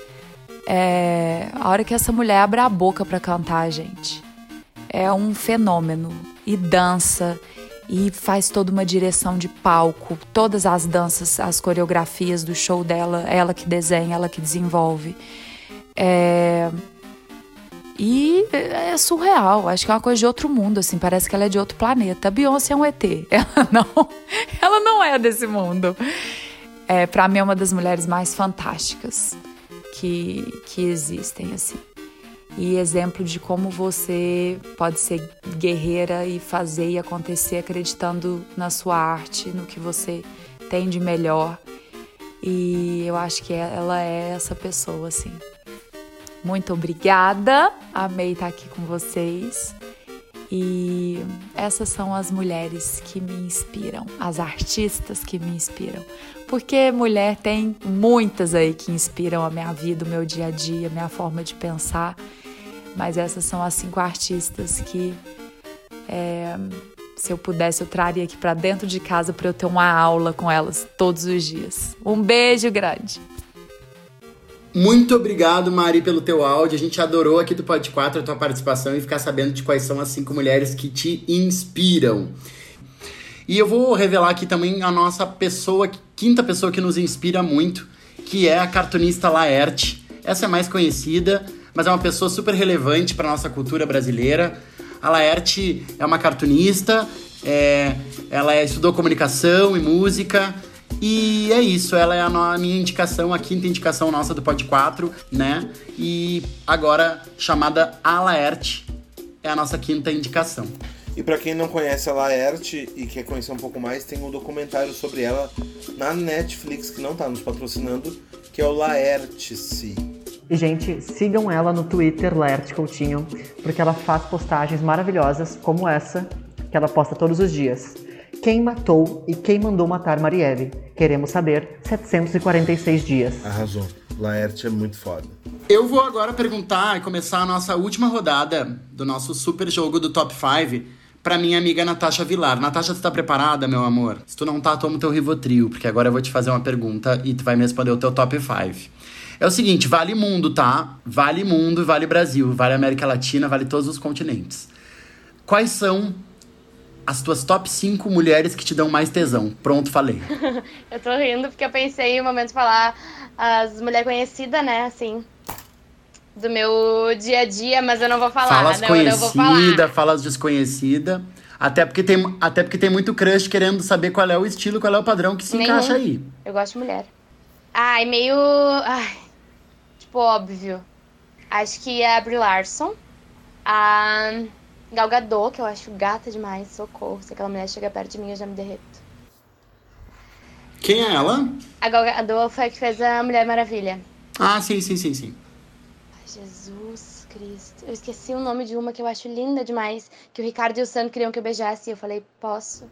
É, a hora que essa mulher abre a boca para cantar, gente, é um fenômeno. E dança, e faz toda uma direção de palco. Todas as danças, as coreografias do show dela, ela que desenha, ela que desenvolve. É... E é surreal, acho que é uma coisa de outro mundo, assim, parece que ela é de outro planeta. A Beyoncé é um E T, ela não, ela não é desse mundo. É, pra mim é uma das mulheres mais fantásticas que, que existem, assim. E exemplo de como você pode ser guerreira e fazer e acontecer acreditando na sua arte, no que você tem de melhor. E eu acho que ela é essa pessoa, assim. Muito obrigada, amei estar aqui com vocês. E essas são as mulheres que me inspiram, as artistas que me inspiram. Porque mulher tem muitas aí que inspiram a minha vida, o meu dia a dia, a minha forma de pensar. Mas essas são as cinco artistas que, é, se eu pudesse, eu traria aqui para dentro de casa para eu ter uma aula com elas todos os dias. Um beijo grande! Muito obrigado, Mari, pelo teu áudio. A gente adorou aqui do Pod quatro a tua participação e ficar sabendo de quais são as cinco mulheres que te inspiram. E eu vou revelar aqui também a nossa pessoa, quinta pessoa que nos inspira muito, que é a cartunista Laerte. Essa é mais conhecida, mas é uma pessoa super relevante para a nossa cultura brasileira. A Laerte é uma cartunista, é, ela estudou comunicação e música. E é isso, ela é a, no- a minha indicação, a quinta indicação nossa do Pod quatro, né? E agora, chamada A Laerte, é a nossa quinta indicação. E pra quem não conhece a Laerte e quer conhecer um pouco mais, tem um documentário sobre ela na Netflix, que não tá nos patrocinando, que é o Laerte-se. E, gente, sigam ela no Twitter, Laerte Coutinho, porque ela faz postagens maravilhosas como essa, que ela posta todos os dias. Quem matou e quem mandou matar Marielle? Queremos saber. setecentos e quarenta e seis dias. Arrasou. Laerte é muito foda. Eu vou agora perguntar e começar a nossa última rodada do nosso super jogo do Top cinco pra minha amiga Natasha Vilar. Natasha, tu tá preparada, meu amor? Se tu não tá, toma o teu Rivotril, porque agora eu vou te fazer uma pergunta e tu vai me responder o teu Top cinco. É o seguinte, vale mundo, tá? Vale mundo, vale Brasil, vale América Latina, vale todos os continentes. Quais são as tuas top cinco mulheres que te dão mais tesão? Pronto, falei. Eu tô rindo porque eu pensei em um momento de falar as mulheres conhecidas, né, assim, do meu dia a dia, mas eu não vou falar. Fala as não, eu não vou falar. conhecidas, fala as desconhecidas. Até porque, tem, até porque tem muito crush querendo saber qual é o estilo, qual é o padrão que se Nenhum. encaixa aí. Eu gosto de mulher. Ai, meio... Ai, tipo, óbvio. Acho que é a Brie Larson. A Gal Gadot, que eu acho gata demais. Socorro. Se aquela mulher chega perto de mim, eu já me derreto. Quem é ela? A Gal Gadot foi a que fez a Mulher Maravilha. Ah, sim, sim, sim, sim. Ai, Jesus Cristo. Eu esqueci o nome de uma que eu acho linda demais. Que o Ricardo e o Sam queriam que eu beijasse. E eu falei, posso?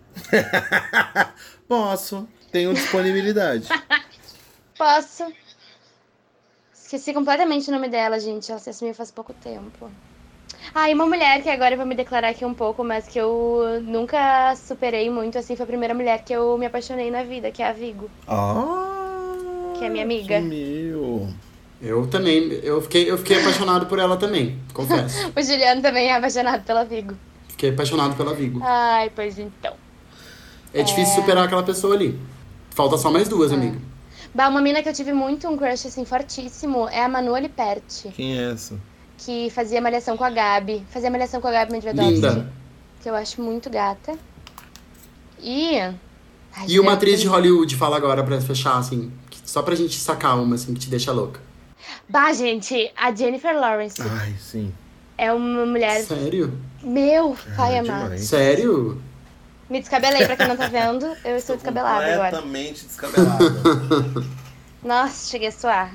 Posso. Tenho disponibilidade. Posso. Esqueci completamente o nome dela, gente. Ela se assumiu faz pouco tempo. Ah, e uma mulher que agora eu vou me declarar aqui um pouco, mas que eu nunca superei muito, assim, foi a primeira mulher que eu me apaixonei na vida, que é a Vigo. Ah, Que é minha amiga. que meu. Eu também, eu fiquei, eu fiquei apaixonado por ela também, confesso. O Juliano também é apaixonado pela Vigo. Fiquei apaixonado pela Vigo. Ai, pois então. É difícil superar aquela pessoa ali. Falta só mais duas, amiga. Bah, uma mina que eu tive muito um crush, assim, fortíssimo, é a Manu Liperti, Quem é essa? que fazia Malhação com a Gabi. Fazia Malhação com a Gabi Medvedovsky. Linda. Que eu acho muito gata. E... Ai, E uma meu atriz de Deus. Hollywood, fala agora pra fechar, assim, que- só pra gente sacar uma, assim, que te deixa louca. Bah, gente, a Jennifer Lawrence Ai, sim. é uma mulher... Sério? Meu pai Ah, amado. demais. Sério? Me descabelei, pra quem não tá vendo, eu estou descabelada agora. Completamente descabelada. Nossa, cheguei a suar.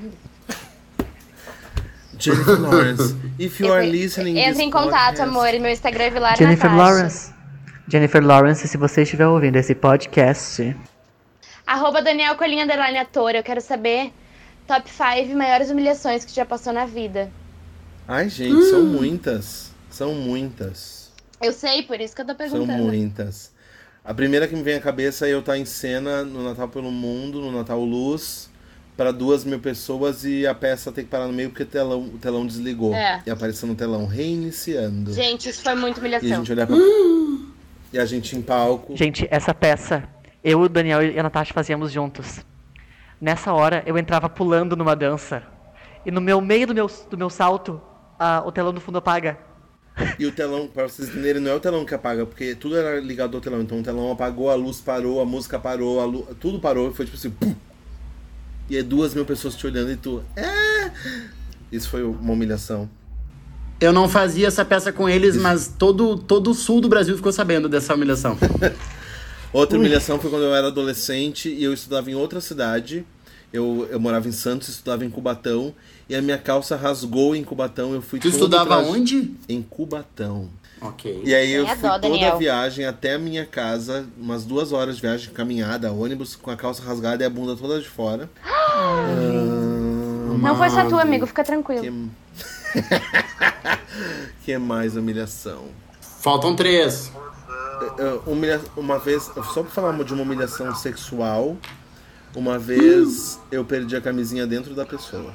Jennifer Lawrence. If you Eu- are listening Entra this em contato, podcast- amor, e meu Instagram é Vilar Jennifer Natasha. Lawrence. Jennifer Lawrence, se você estiver ouvindo esse podcast, Arroba Daniel Colinha Underline Ator, eu quero saber top cinco maiores humilhações que tu já passou na vida. Ai, gente, são muitas. São muitas. Eu sei, por isso que eu tô São perguntando. muitas. A primeira que me vem à cabeça é eu estar em cena no Natal pelo Mundo, no Natal Luz, para duas mil pessoas e a peça ter que parar no meio porque o telão, o telão desligou. É. E apareceu no telão reiniciando. Gente, isso foi muita E a humilhação. gente olhar pra... E a gente em palco. gente, essa peça, eu, o Daniel e a Natasha fazíamos juntos. Nessa hora, eu entrava pulando numa dança. E no meu meio do meu, do meu salto, ah, o telão do fundo apaga. E o telão, pra vocês entenderem, não é o telão que apaga, porque tudo era ligado ao telão. Então o telão apagou, a luz parou, a música parou, a lu... tudo parou. Foi tipo assim, pum! E é duas mil pessoas te olhando e tu... É! Isso foi uma humilhação. Eu não fazia essa peça com eles, mas todo, todo o sul do Brasil ficou sabendo dessa humilhação. Outra humilhação foi quando eu era adolescente e eu estudava em outra cidade. Eu, eu morava em Santos, estudava em Cubatão. E a minha calça rasgou em Cubatão. Eu fui Tu todo estudava traj- onde? Em Cubatão. Ok. E aí eu Tem a fui dó, toda Daniel. a viagem até a minha casa, umas duas horas de viagem, caminhada, ônibus, com a calça rasgada e a bunda toda de fora. Ah, Não foi só tu, amigo, fica tranquilo. que... que mais humilhação? Faltam três. Eu- humilha... Uma vez, só pra falar de uma humilhação sexual, uma vez eu perdi a camisinha dentro da pessoa.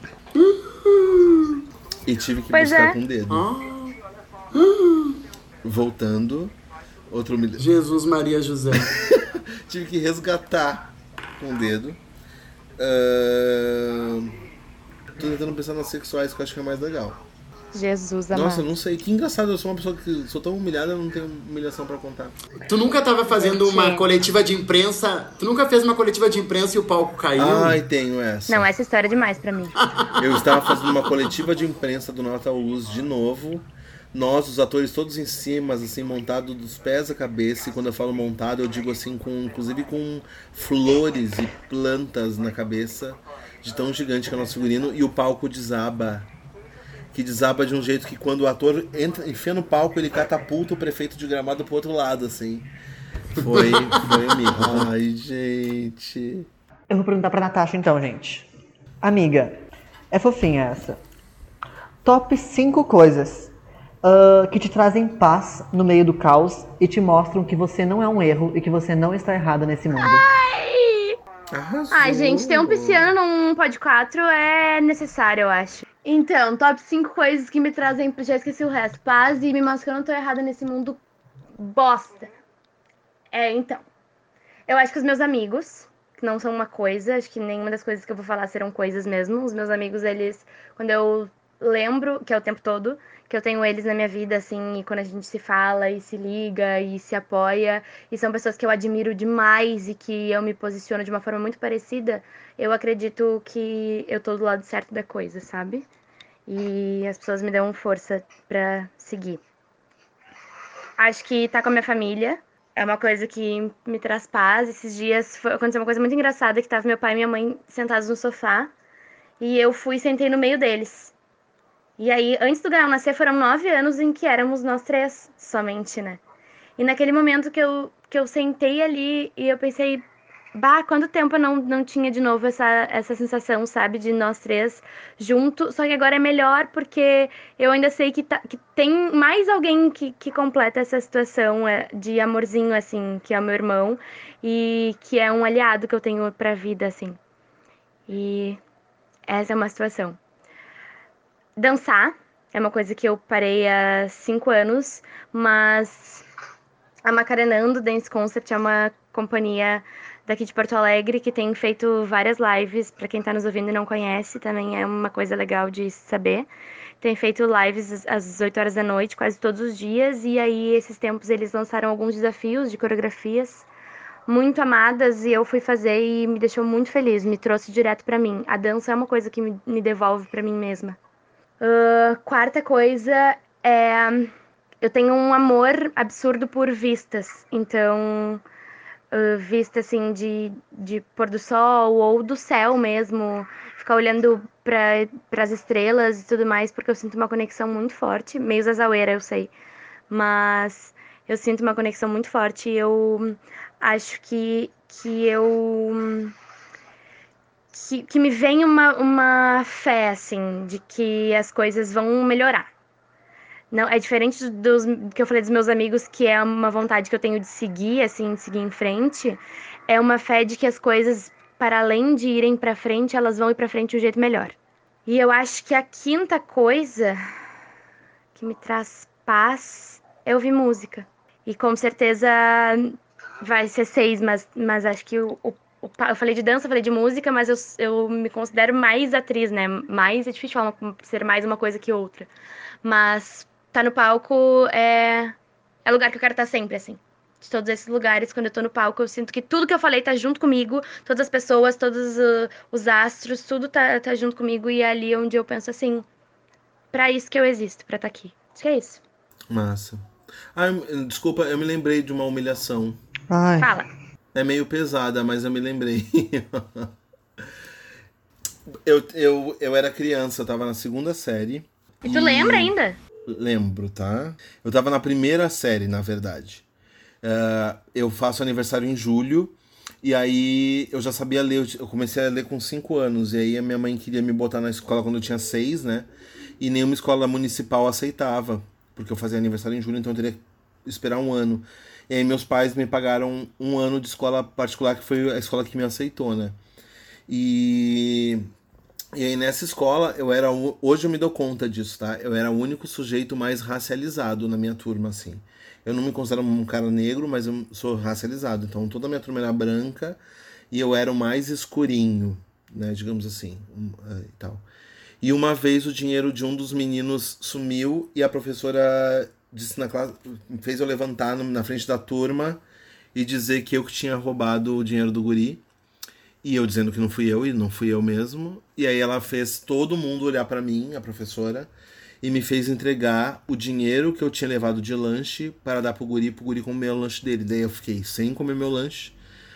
E tive que Pois buscar é. com o dedo. Ah, Voltando, outra humilhação. Jesus Maria José. Tive que resgatar com o dedo. Ahn, Tô tentando pensar nas sexuais, que eu acho que é mais legal. Jesus amado. Nossa, eu não sei. Que engraçado, eu sou uma pessoa que sou tão humilhada, eu não tenho humilhação pra contar. Tu nunca tava fazendo uma coletiva de imprensa... Tu nunca fez uma coletiva de imprensa e o palco caiu? Ai, tenho essa. Não, essa história é demais pra mim. Eu estava fazendo uma coletiva de imprensa do Natal Luz de novo. Nós, os atores, todos em cima, assim, montado dos pés à cabeça. E quando eu falo montado, eu digo assim, com, inclusive com flores e plantas na cabeça, de tão gigante que é o nosso figurino. E o palco desaba. Que desaba de um jeito que quando o ator entra, enfia no palco, ele catapulta o prefeito de Gramado pro outro lado, assim. Foi, foi amigo. Ai, gente. Eu vou perguntar pra Natasha então, gente. Amiga, é fofinha essa. Top cinco coisas uh, que te trazem paz no meio do caos e te mostram que você não é um erro e que você não está errada nesse mundo. Ai! Arrasou. Ai, gente, ter um pisciano num pod quatro é necessário, eu acho. Então, top cinco coisas que me trazem... Já esqueci o resto. Paz e me mostram que eu não tô errada nesse mundo bosta. É, então. Eu acho que os meus amigos, que não são uma coisa, acho que nenhuma das coisas que eu vou falar serão coisas mesmo. Os meus amigos, eles... Quando eu lembro, que é o tempo todo, que eu tenho eles na minha vida, assim, e quando a gente se fala e se liga e se apoia, e são pessoas que eu admiro demais e que eu me posiciono de uma forma muito parecida, eu acredito que eu tô do lado certo da coisa, sabe? E as pessoas me dão força pra seguir. Acho que tá com a minha família é uma coisa que me traz paz. Esses dias foi, aconteceu uma coisa muito engraçada, que tava meu pai e minha mãe sentados no sofá, e eu fui e sentei no meio deles. E aí, antes do Gael nascer, foram nove anos em que éramos nós três somente, né? E naquele momento que eu, que eu sentei ali e eu pensei, bah, quanto tempo eu não, não tinha de novo essa, essa sensação, sabe? De nós três juntos. Só que agora é melhor porque eu ainda sei que, tá, que tem mais alguém que, que completa essa situação de amorzinho, assim, que é o meu irmão. E que é um aliado que eu tenho pra vida, assim. E essa é uma situação. Dançar é uma coisa que eu parei há cinco anos, mas a Macarenando Dance Concert é uma companhia daqui de Porto Alegre que tem feito várias lives. Para quem tá nos ouvindo e não conhece, também é uma coisa legal de saber. Tem feito lives às oito horas da noite, quase todos os dias, e aí esses tempos eles lançaram alguns desafios de coreografias muito amadas e eu fui fazer e me deixou muito feliz, me trouxe direto para mim. A dança é uma coisa que me, me devolve para mim mesma. Uh, quarta coisa é... Eu tenho um amor absurdo por vistas. Então, uh, vista assim de, de pôr do sol ou do céu mesmo. Ficar olhando para as estrelas e tudo mais, porque eu sinto uma conexão muito forte. Meio zazaueira, eu sei. Mas eu sinto uma conexão muito forte e eu acho que, que eu... Que, que me vem uma, uma fé, assim, de que as coisas vão melhorar. Não, é diferente dos que eu falei dos meus amigos, que é uma vontade que eu tenho de seguir, assim, de seguir em frente. É uma fé de que as coisas, para além de irem pra frente, elas vão ir pra frente de um jeito melhor. E eu acho que a quinta coisa que me traz paz é ouvir música. E com certeza vai ser seis, mas, mas acho que o, o eu falei de dança, falei de música, mas eu, eu me considero mais atriz, né? Mais, é difícil falar uma, ser mais uma coisa que outra. Mas tá no palco é, é lugar que eu quero estar sempre, assim. De todos esses lugares, quando eu tô no palco, eu sinto que tudo que eu falei tá junto comigo. Todas as pessoas, todos uh, os astros, tudo tá, tá junto comigo. E é ali onde eu penso assim, pra isso que eu existo, pra estar aqui. Acho que é isso. Massa. Ah, desculpa, eu me lembrei de uma humilhação. Ai. Fala. É meio pesada, mas eu me lembrei. eu, eu, eu era criança, eu tava na segunda série. E tu e... lembra ainda? Lembro, tá? Eu tava na primeira série, na verdade. Uh, eu faço aniversário em julho. E aí eu já sabia ler. Eu comecei a ler com cinco anos. E aí a minha mãe queria me botar na escola quando eu tinha seis, né? E nenhuma escola municipal aceitava. Porque eu fazia aniversário em julho, então eu teria que esperar um ano. E aí meus pais me pagaram um ano de escola particular, que foi a escola que me aceitou, né? E, e aí nessa escola, eu era hoje eu me dou conta disso, tá? Eu era o único sujeito mais racializado na minha turma, assim. Eu não me considero um cara negro, mas eu sou racializado. Então toda a minha turma era branca e eu era o mais escurinho, né? Digamos assim, e tal. E uma vez o dinheiro de um dos meninos sumiu e a professora disse na classe, fez eu levantar no, na frente da turma e dizer que eu que tinha roubado o dinheiro do guri. E eu dizendo que não fui eu, e não fui eu mesmo. E aí ela fez todo mundo olhar pra mim, a professora, e me fez entregar o dinheiro que eu tinha levado de lanche para dar pro guri, pro guri comer o lanche dele. Daí eu fiquei sem comer meu lanche,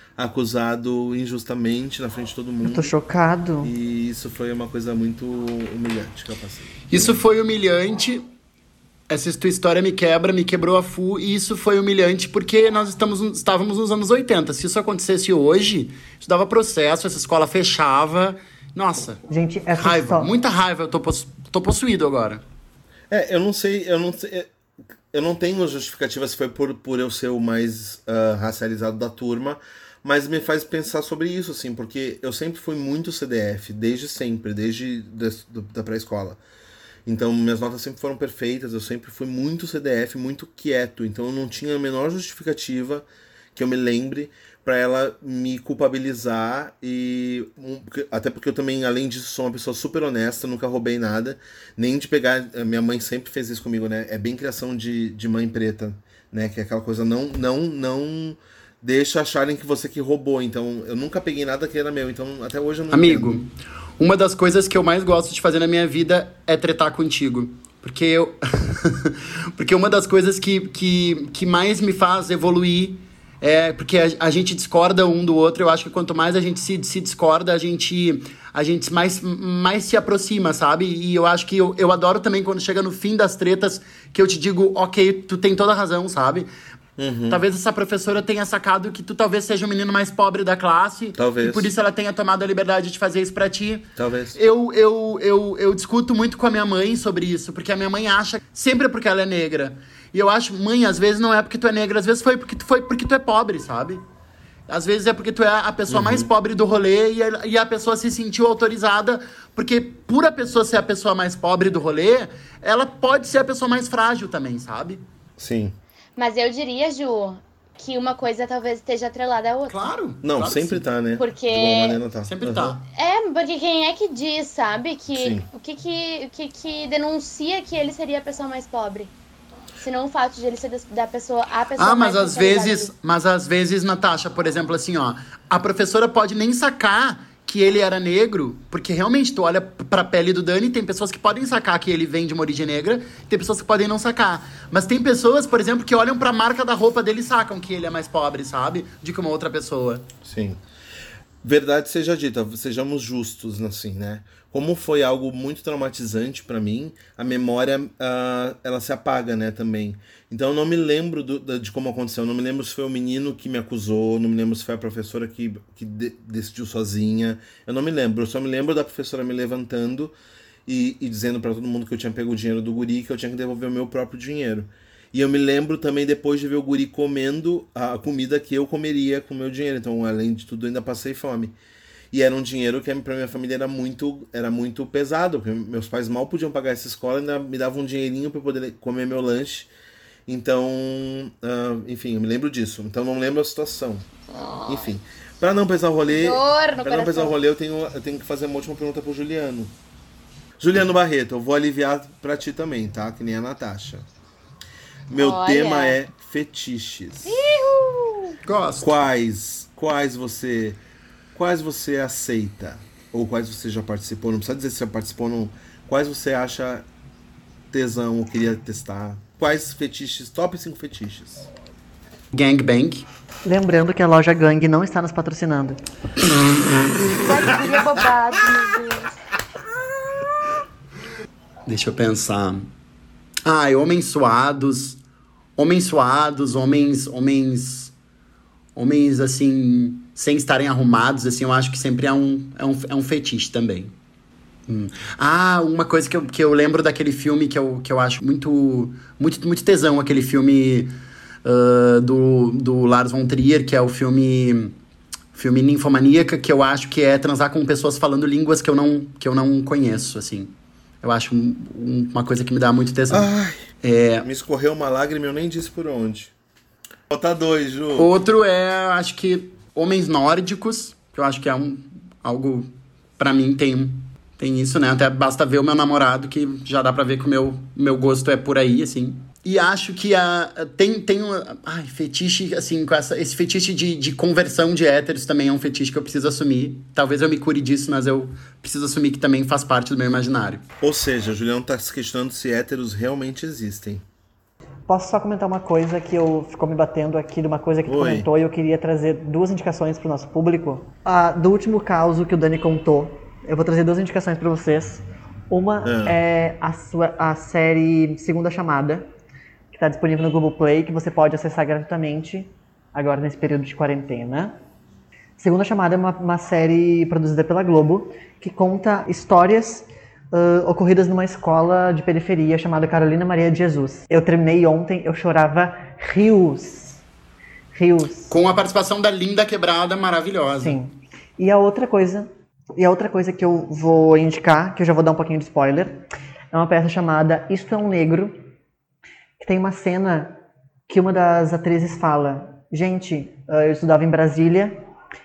acusado injustamente na frente de todo mundo. Eu tô chocado. E isso foi uma coisa muito humilhante que eu passei. Isso foi humilhante. Essa tua história me quebra, me quebrou a full, e isso foi humilhante porque nós estamos, estávamos nos anos oitenta. Se isso acontecesse hoje, isso dava processo, essa escola fechava. Nossa, gente, essa raiva, história... muita raiva, eu tô, poss... tô possuído agora. É, eu não sei, eu não sei, eu não tenho justificativa se foi por, por eu ser o mais uh, racializado da turma, mas me faz pensar sobre isso, assim, porque eu sempre fui muito C D F, desde sempre, desde da, da pré-escola. Então, minhas notas sempre foram perfeitas, eu sempre fui muito C D F, muito quieto. Então, eu não tinha a menor justificativa, que eu me lembre, para ela me culpabilizar. E um, até porque eu também, além disso, sou uma pessoa super honesta, nunca roubei nada. Nem de pegar... Minha mãe sempre fez isso comigo, né? É bem criação de, de mãe preta, né? Que é aquela coisa, não, não, não deixa acharem que você que roubou. Então, eu nunca peguei nada que era meu. Então, até hoje eu não Amigo... entendo. Uma das coisas que eu mais gosto de fazer na minha vida é tretar contigo. Porque eu... porque uma das coisas que, que, que mais me faz evoluir é... Porque a, a gente discorda um do outro. Eu acho que quanto mais a gente se, se discorda, a gente, a gente mais, mais se aproxima, sabe? E eu acho que eu, eu adoro também quando chega no fim das tretas que eu te digo, ok, tu tem toda a razão, sabe? Uhum. Talvez essa professora tenha sacado que tu talvez seja o menino mais pobre da classe. Talvez. E por isso ela tenha tomado a liberdade de fazer isso pra ti. Talvez. Eu, eu, eu, eu discuto muito com a minha mãe sobre isso, porque a minha mãe acha, sempre porque ela é negra. E eu acho, mãe, às vezes não é porque tu é negra, às vezes foi porque tu, foi porque tu é pobre, sabe? Às vezes é porque tu é a pessoa uhum. mais pobre do rolê e a, e a pessoa se sentiu autorizada, porque por a pessoa ser a pessoa mais pobre do rolê, ela pode ser a pessoa mais frágil também, sabe? Sim. Mas eu diria, Ju, que uma coisa talvez esteja atrelada à outra. Claro. Não, claro sempre tá, né? Porque... De alguma maneira tá. Sempre uhum. tá. É, porque quem é que diz, sabe? Que Sim. o que que, o que que denuncia que ele seria a pessoa mais pobre? Se não o fato de ele ser da pessoa, a pessoa Ah, mais mas às vezes, mas às vezes, Natasha, por exemplo, assim, ó, a professora pode nem sacar que ele era negro, porque realmente tu olha pra pele do Dani, tem pessoas que podem sacar que ele vem de uma origem negra, tem pessoas que podem não sacar. Mas tem pessoas, por exemplo, que olham pra marca da roupa dele e sacam que ele é mais pobre, sabe? Do que uma outra pessoa. Sim. Verdade seja dita, sejamos justos, assim, né? Como foi algo muito traumatizante pra mim, a memória, uh, ela se apaga, né, também. Então eu não me lembro do, de como aconteceu, eu não me lembro se foi o menino que me acusou, não me lembro se foi a professora que, que de, decidiu sozinha, eu não me lembro, eu só me lembro da professora me levantando e, e dizendo pra todo mundo que eu tinha pego o dinheiro do guri, que eu tinha que devolver o meu próprio dinheiro. E eu me lembro também depois de ver o guri comendo a comida que eu comeria com o meu dinheiro, então além de tudo ainda passei fome. E era um dinheiro que pra minha família era muito, era muito pesado, porque meus pais mal podiam pagar essa escola, ainda me davam um dinheirinho pra eu poder comer meu lanche. Então, uh, enfim, eu me lembro disso. Então não lembro a situação. Oh. Enfim, pra não pesar o rolê, pra não pesar o rolê, eu tenho, eu tenho que fazer uma última pergunta pro Juliano. Juliano Barreto, eu vou aliviar pra ti também, tá? Que nem a Natasha. Meu Olha. tema é fetiches. Ihu! Gosto. Quais, quais você... Quais você aceita? Ou quais você já participou? Não precisa dizer se já participou, não. Quais você acha tesão ou queria testar? Quais fetiches? Top cinco fetiches. Gangbang. Lembrando que a loja Gang não está nos patrocinando. Vai que bobado, meu Deus. Deixa eu pensar. Ai, homens suados. Homens suados, homens... Homens... Homens, assim... sem estarem arrumados, assim, eu acho que sempre é um, é um, é um fetiche também. Hum. Ah, uma coisa que eu, que eu lembro daquele filme que eu, que eu acho muito, muito, muito tesão, aquele filme uh, do, do Lars von Trier, que é o filme, filme Ninfomaníaca, que eu acho que é transar com pessoas falando línguas que eu não, que eu não conheço, assim. Eu acho um, um, uma coisa que me dá muito tesão. Ai, é... me escorreu uma lágrima e eu nem disse por onde. Falta dois, Ju. Outro é, acho que... Homens nórdicos, que eu acho que é um, algo, pra mim, tem, tem Tem isso, né? Até basta ver o meu namorado, que já dá pra ver que o meu, meu gosto é por aí, assim. E acho que a, tem, tem um ai, fetiche, assim, com essa, esse fetiche de, de conversão de héteros também é um fetiche que eu preciso assumir. Talvez eu me cure disso, mas eu preciso assumir que também faz parte do meu imaginário. Ou seja, o Julião tá se questionando se héteros realmente existem. Posso só comentar uma coisa que eu ficou me batendo aqui, de uma coisa que tu Oi. comentou, e eu queria trazer duas indicações pro nosso público. Ah, do último caso que o Dani contou, eu vou trazer duas indicações pra vocês. Uma Ah. é a, sua, a série Segunda Chamada, que está disponível no Globoplay, que você pode acessar gratuitamente agora nesse período de quarentena. Segunda Chamada é uma, uma série produzida pela Globo, que conta histórias uh, ocorridas numa escola de periferia chamada Carolina Maria de Jesus. Eu terminei ontem, eu chorava rios. Rios. Com a participação da Linda Quebrada, maravilhosa. Sim. E a outra coisa, e a outra coisa que eu vou indicar, que eu já vou dar um pouquinho de spoiler, é uma peça chamada Isto é um Negro, que tem uma cena que uma das atrizes fala: gente, eu estudava em Brasília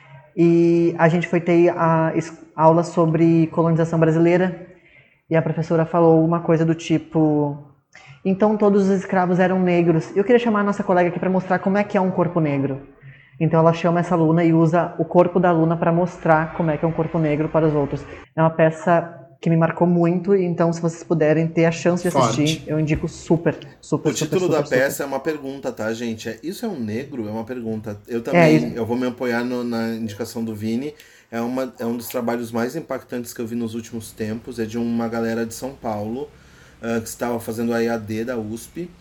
e a gente foi ter a aula sobre colonização brasileira e a professora falou uma coisa do tipo: então todos os escravos eram negros. Eu queria chamar a nossa colega aqui para mostrar como é que é um corpo negro. Então ela chama essa aluna e usa o corpo da aluna para mostrar como é que é um corpo negro para os outros. É uma peça que me marcou muito, então se vocês puderem ter a chance de assistir, Forte. eu indico super, super, O título super, da super, peça super. é uma pergunta, tá, gente? É, isso é um negro? É uma pergunta. Eu É, também, isso. eu vou me apoiar no- na indicação do Vini. É, uma, é um dos trabalhos mais impactantes que eu vi nos últimos tempos. É de uma galera de São Paulo, ah, que estava fazendo a E A D da U S P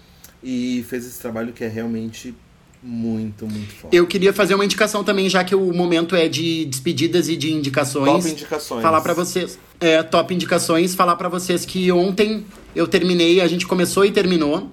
e fez esse trabalho que é realmente muito, muito forte. Eu queria fazer uma indicação também, já que o momento é de despedidas e de indicações. Top indicações. Falar pra vocês, é, top indicações, falar pra vocês que ontem eu terminei, a gente começou e terminou.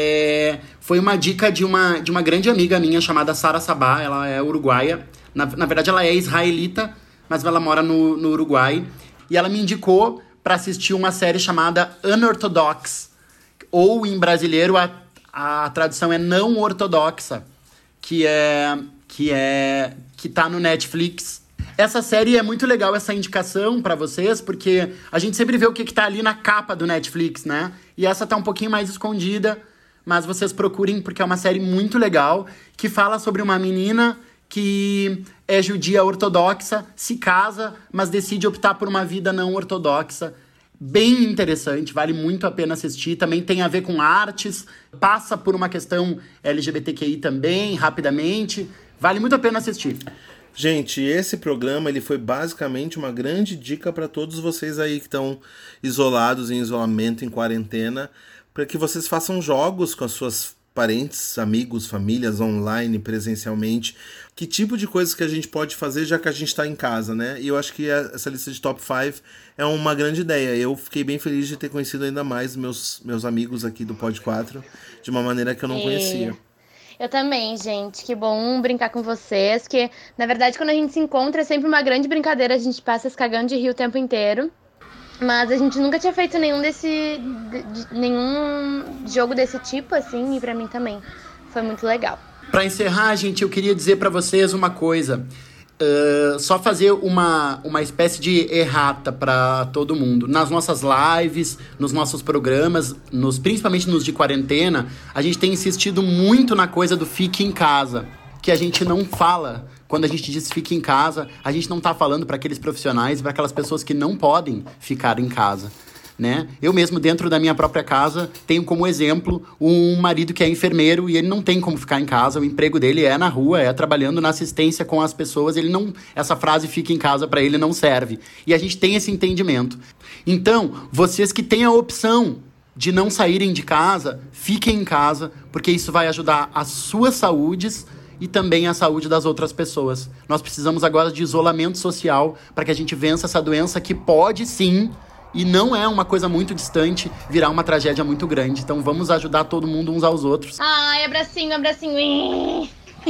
É, foi uma dica de uma, de uma grande amiga minha chamada Sara Sabá, ela é uruguaia. Na, na verdade, ela é israelita, mas ela mora no, no Uruguai. E ela me indicou pra assistir uma série chamada Unorthodox, ou em brasileiro a, a tradução é não ortodoxa, que é que é que tá no Netflix. Essa série é muito legal, essa indicação pra vocês, porque a gente sempre vê o que, que tá ali na capa do Netflix, né? E essa tá um pouquinho mais escondida, mas vocês procurem, porque é uma série muito legal, que fala sobre uma menina que é judia ortodoxa, se casa, mas decide optar por uma vida não ortodoxa. Bem interessante, vale muito a pena assistir. Também tem a ver com artes, passa por uma questão L G B T Q I também, rapidamente. Vale muito a pena assistir. Gente, esse programa ele foi basicamente uma grande dica para todos vocês aí que estão isolados, em isolamento, em quarentena, para que vocês façam jogos com as suas parentes, amigos, famílias, online, presencialmente. Que tipo de coisas que a gente pode fazer já que a gente está em casa, né? E eu acho que essa lista de top cinco é uma grande ideia. Eu fiquei bem feliz de ter conhecido ainda mais meus, meus amigos aqui do Pod quatro, de uma maneira que eu não E- conhecia. Eu também, gente. Que bom brincar com vocês. Que, na verdade, quando a gente se encontra, é sempre uma grande brincadeira. A gente passa se cagando de rir o tempo inteiro. Mas a gente nunca tinha feito nenhum desse. de- de- nenhum jogo desse tipo, assim. E pra mim também. Foi muito legal. Pra encerrar, gente, eu queria dizer pra vocês uma coisa. Uh, só fazer uma, uma espécie de errata pra todo mundo. Nas nossas lives, nos nossos programas, nos, principalmente nos de quarentena, a gente tem insistido muito na coisa do fique em casa, que a gente não fala. Quando a gente diz fique em casa, a gente não tá falando pra aqueles profissionais, pra aquelas pessoas que não podem ficar em casa. Né? Eu mesmo, dentro da minha própria casa, tenho como exemplo um marido que é enfermeiro e ele não tem como ficar em casa. O emprego dele é na rua, é trabalhando na assistência com as pessoas. Ele não, essa frase fica em casa para ele não serve. E a gente tem esse entendimento. Então, vocês que têm a opção de não saírem de casa, fiquem em casa, porque isso vai ajudar as suas saúdes e também a saúde das outras pessoas. Nós precisamos agora de isolamento social para que a gente vença essa doença que pode sim, e não é uma coisa muito distante, virar uma tragédia muito grande. Então vamos ajudar todo mundo uns aos outros. Ai, abracinho, abracinho.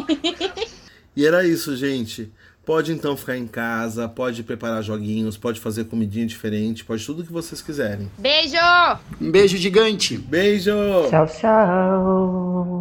E era isso, gente. Pode então ficar em casa, pode preparar joguinhos, pode fazer comidinha diferente, pode tudo que vocês quiserem. Beijo! Um beijo gigante. Beijo! Tchau, tchau.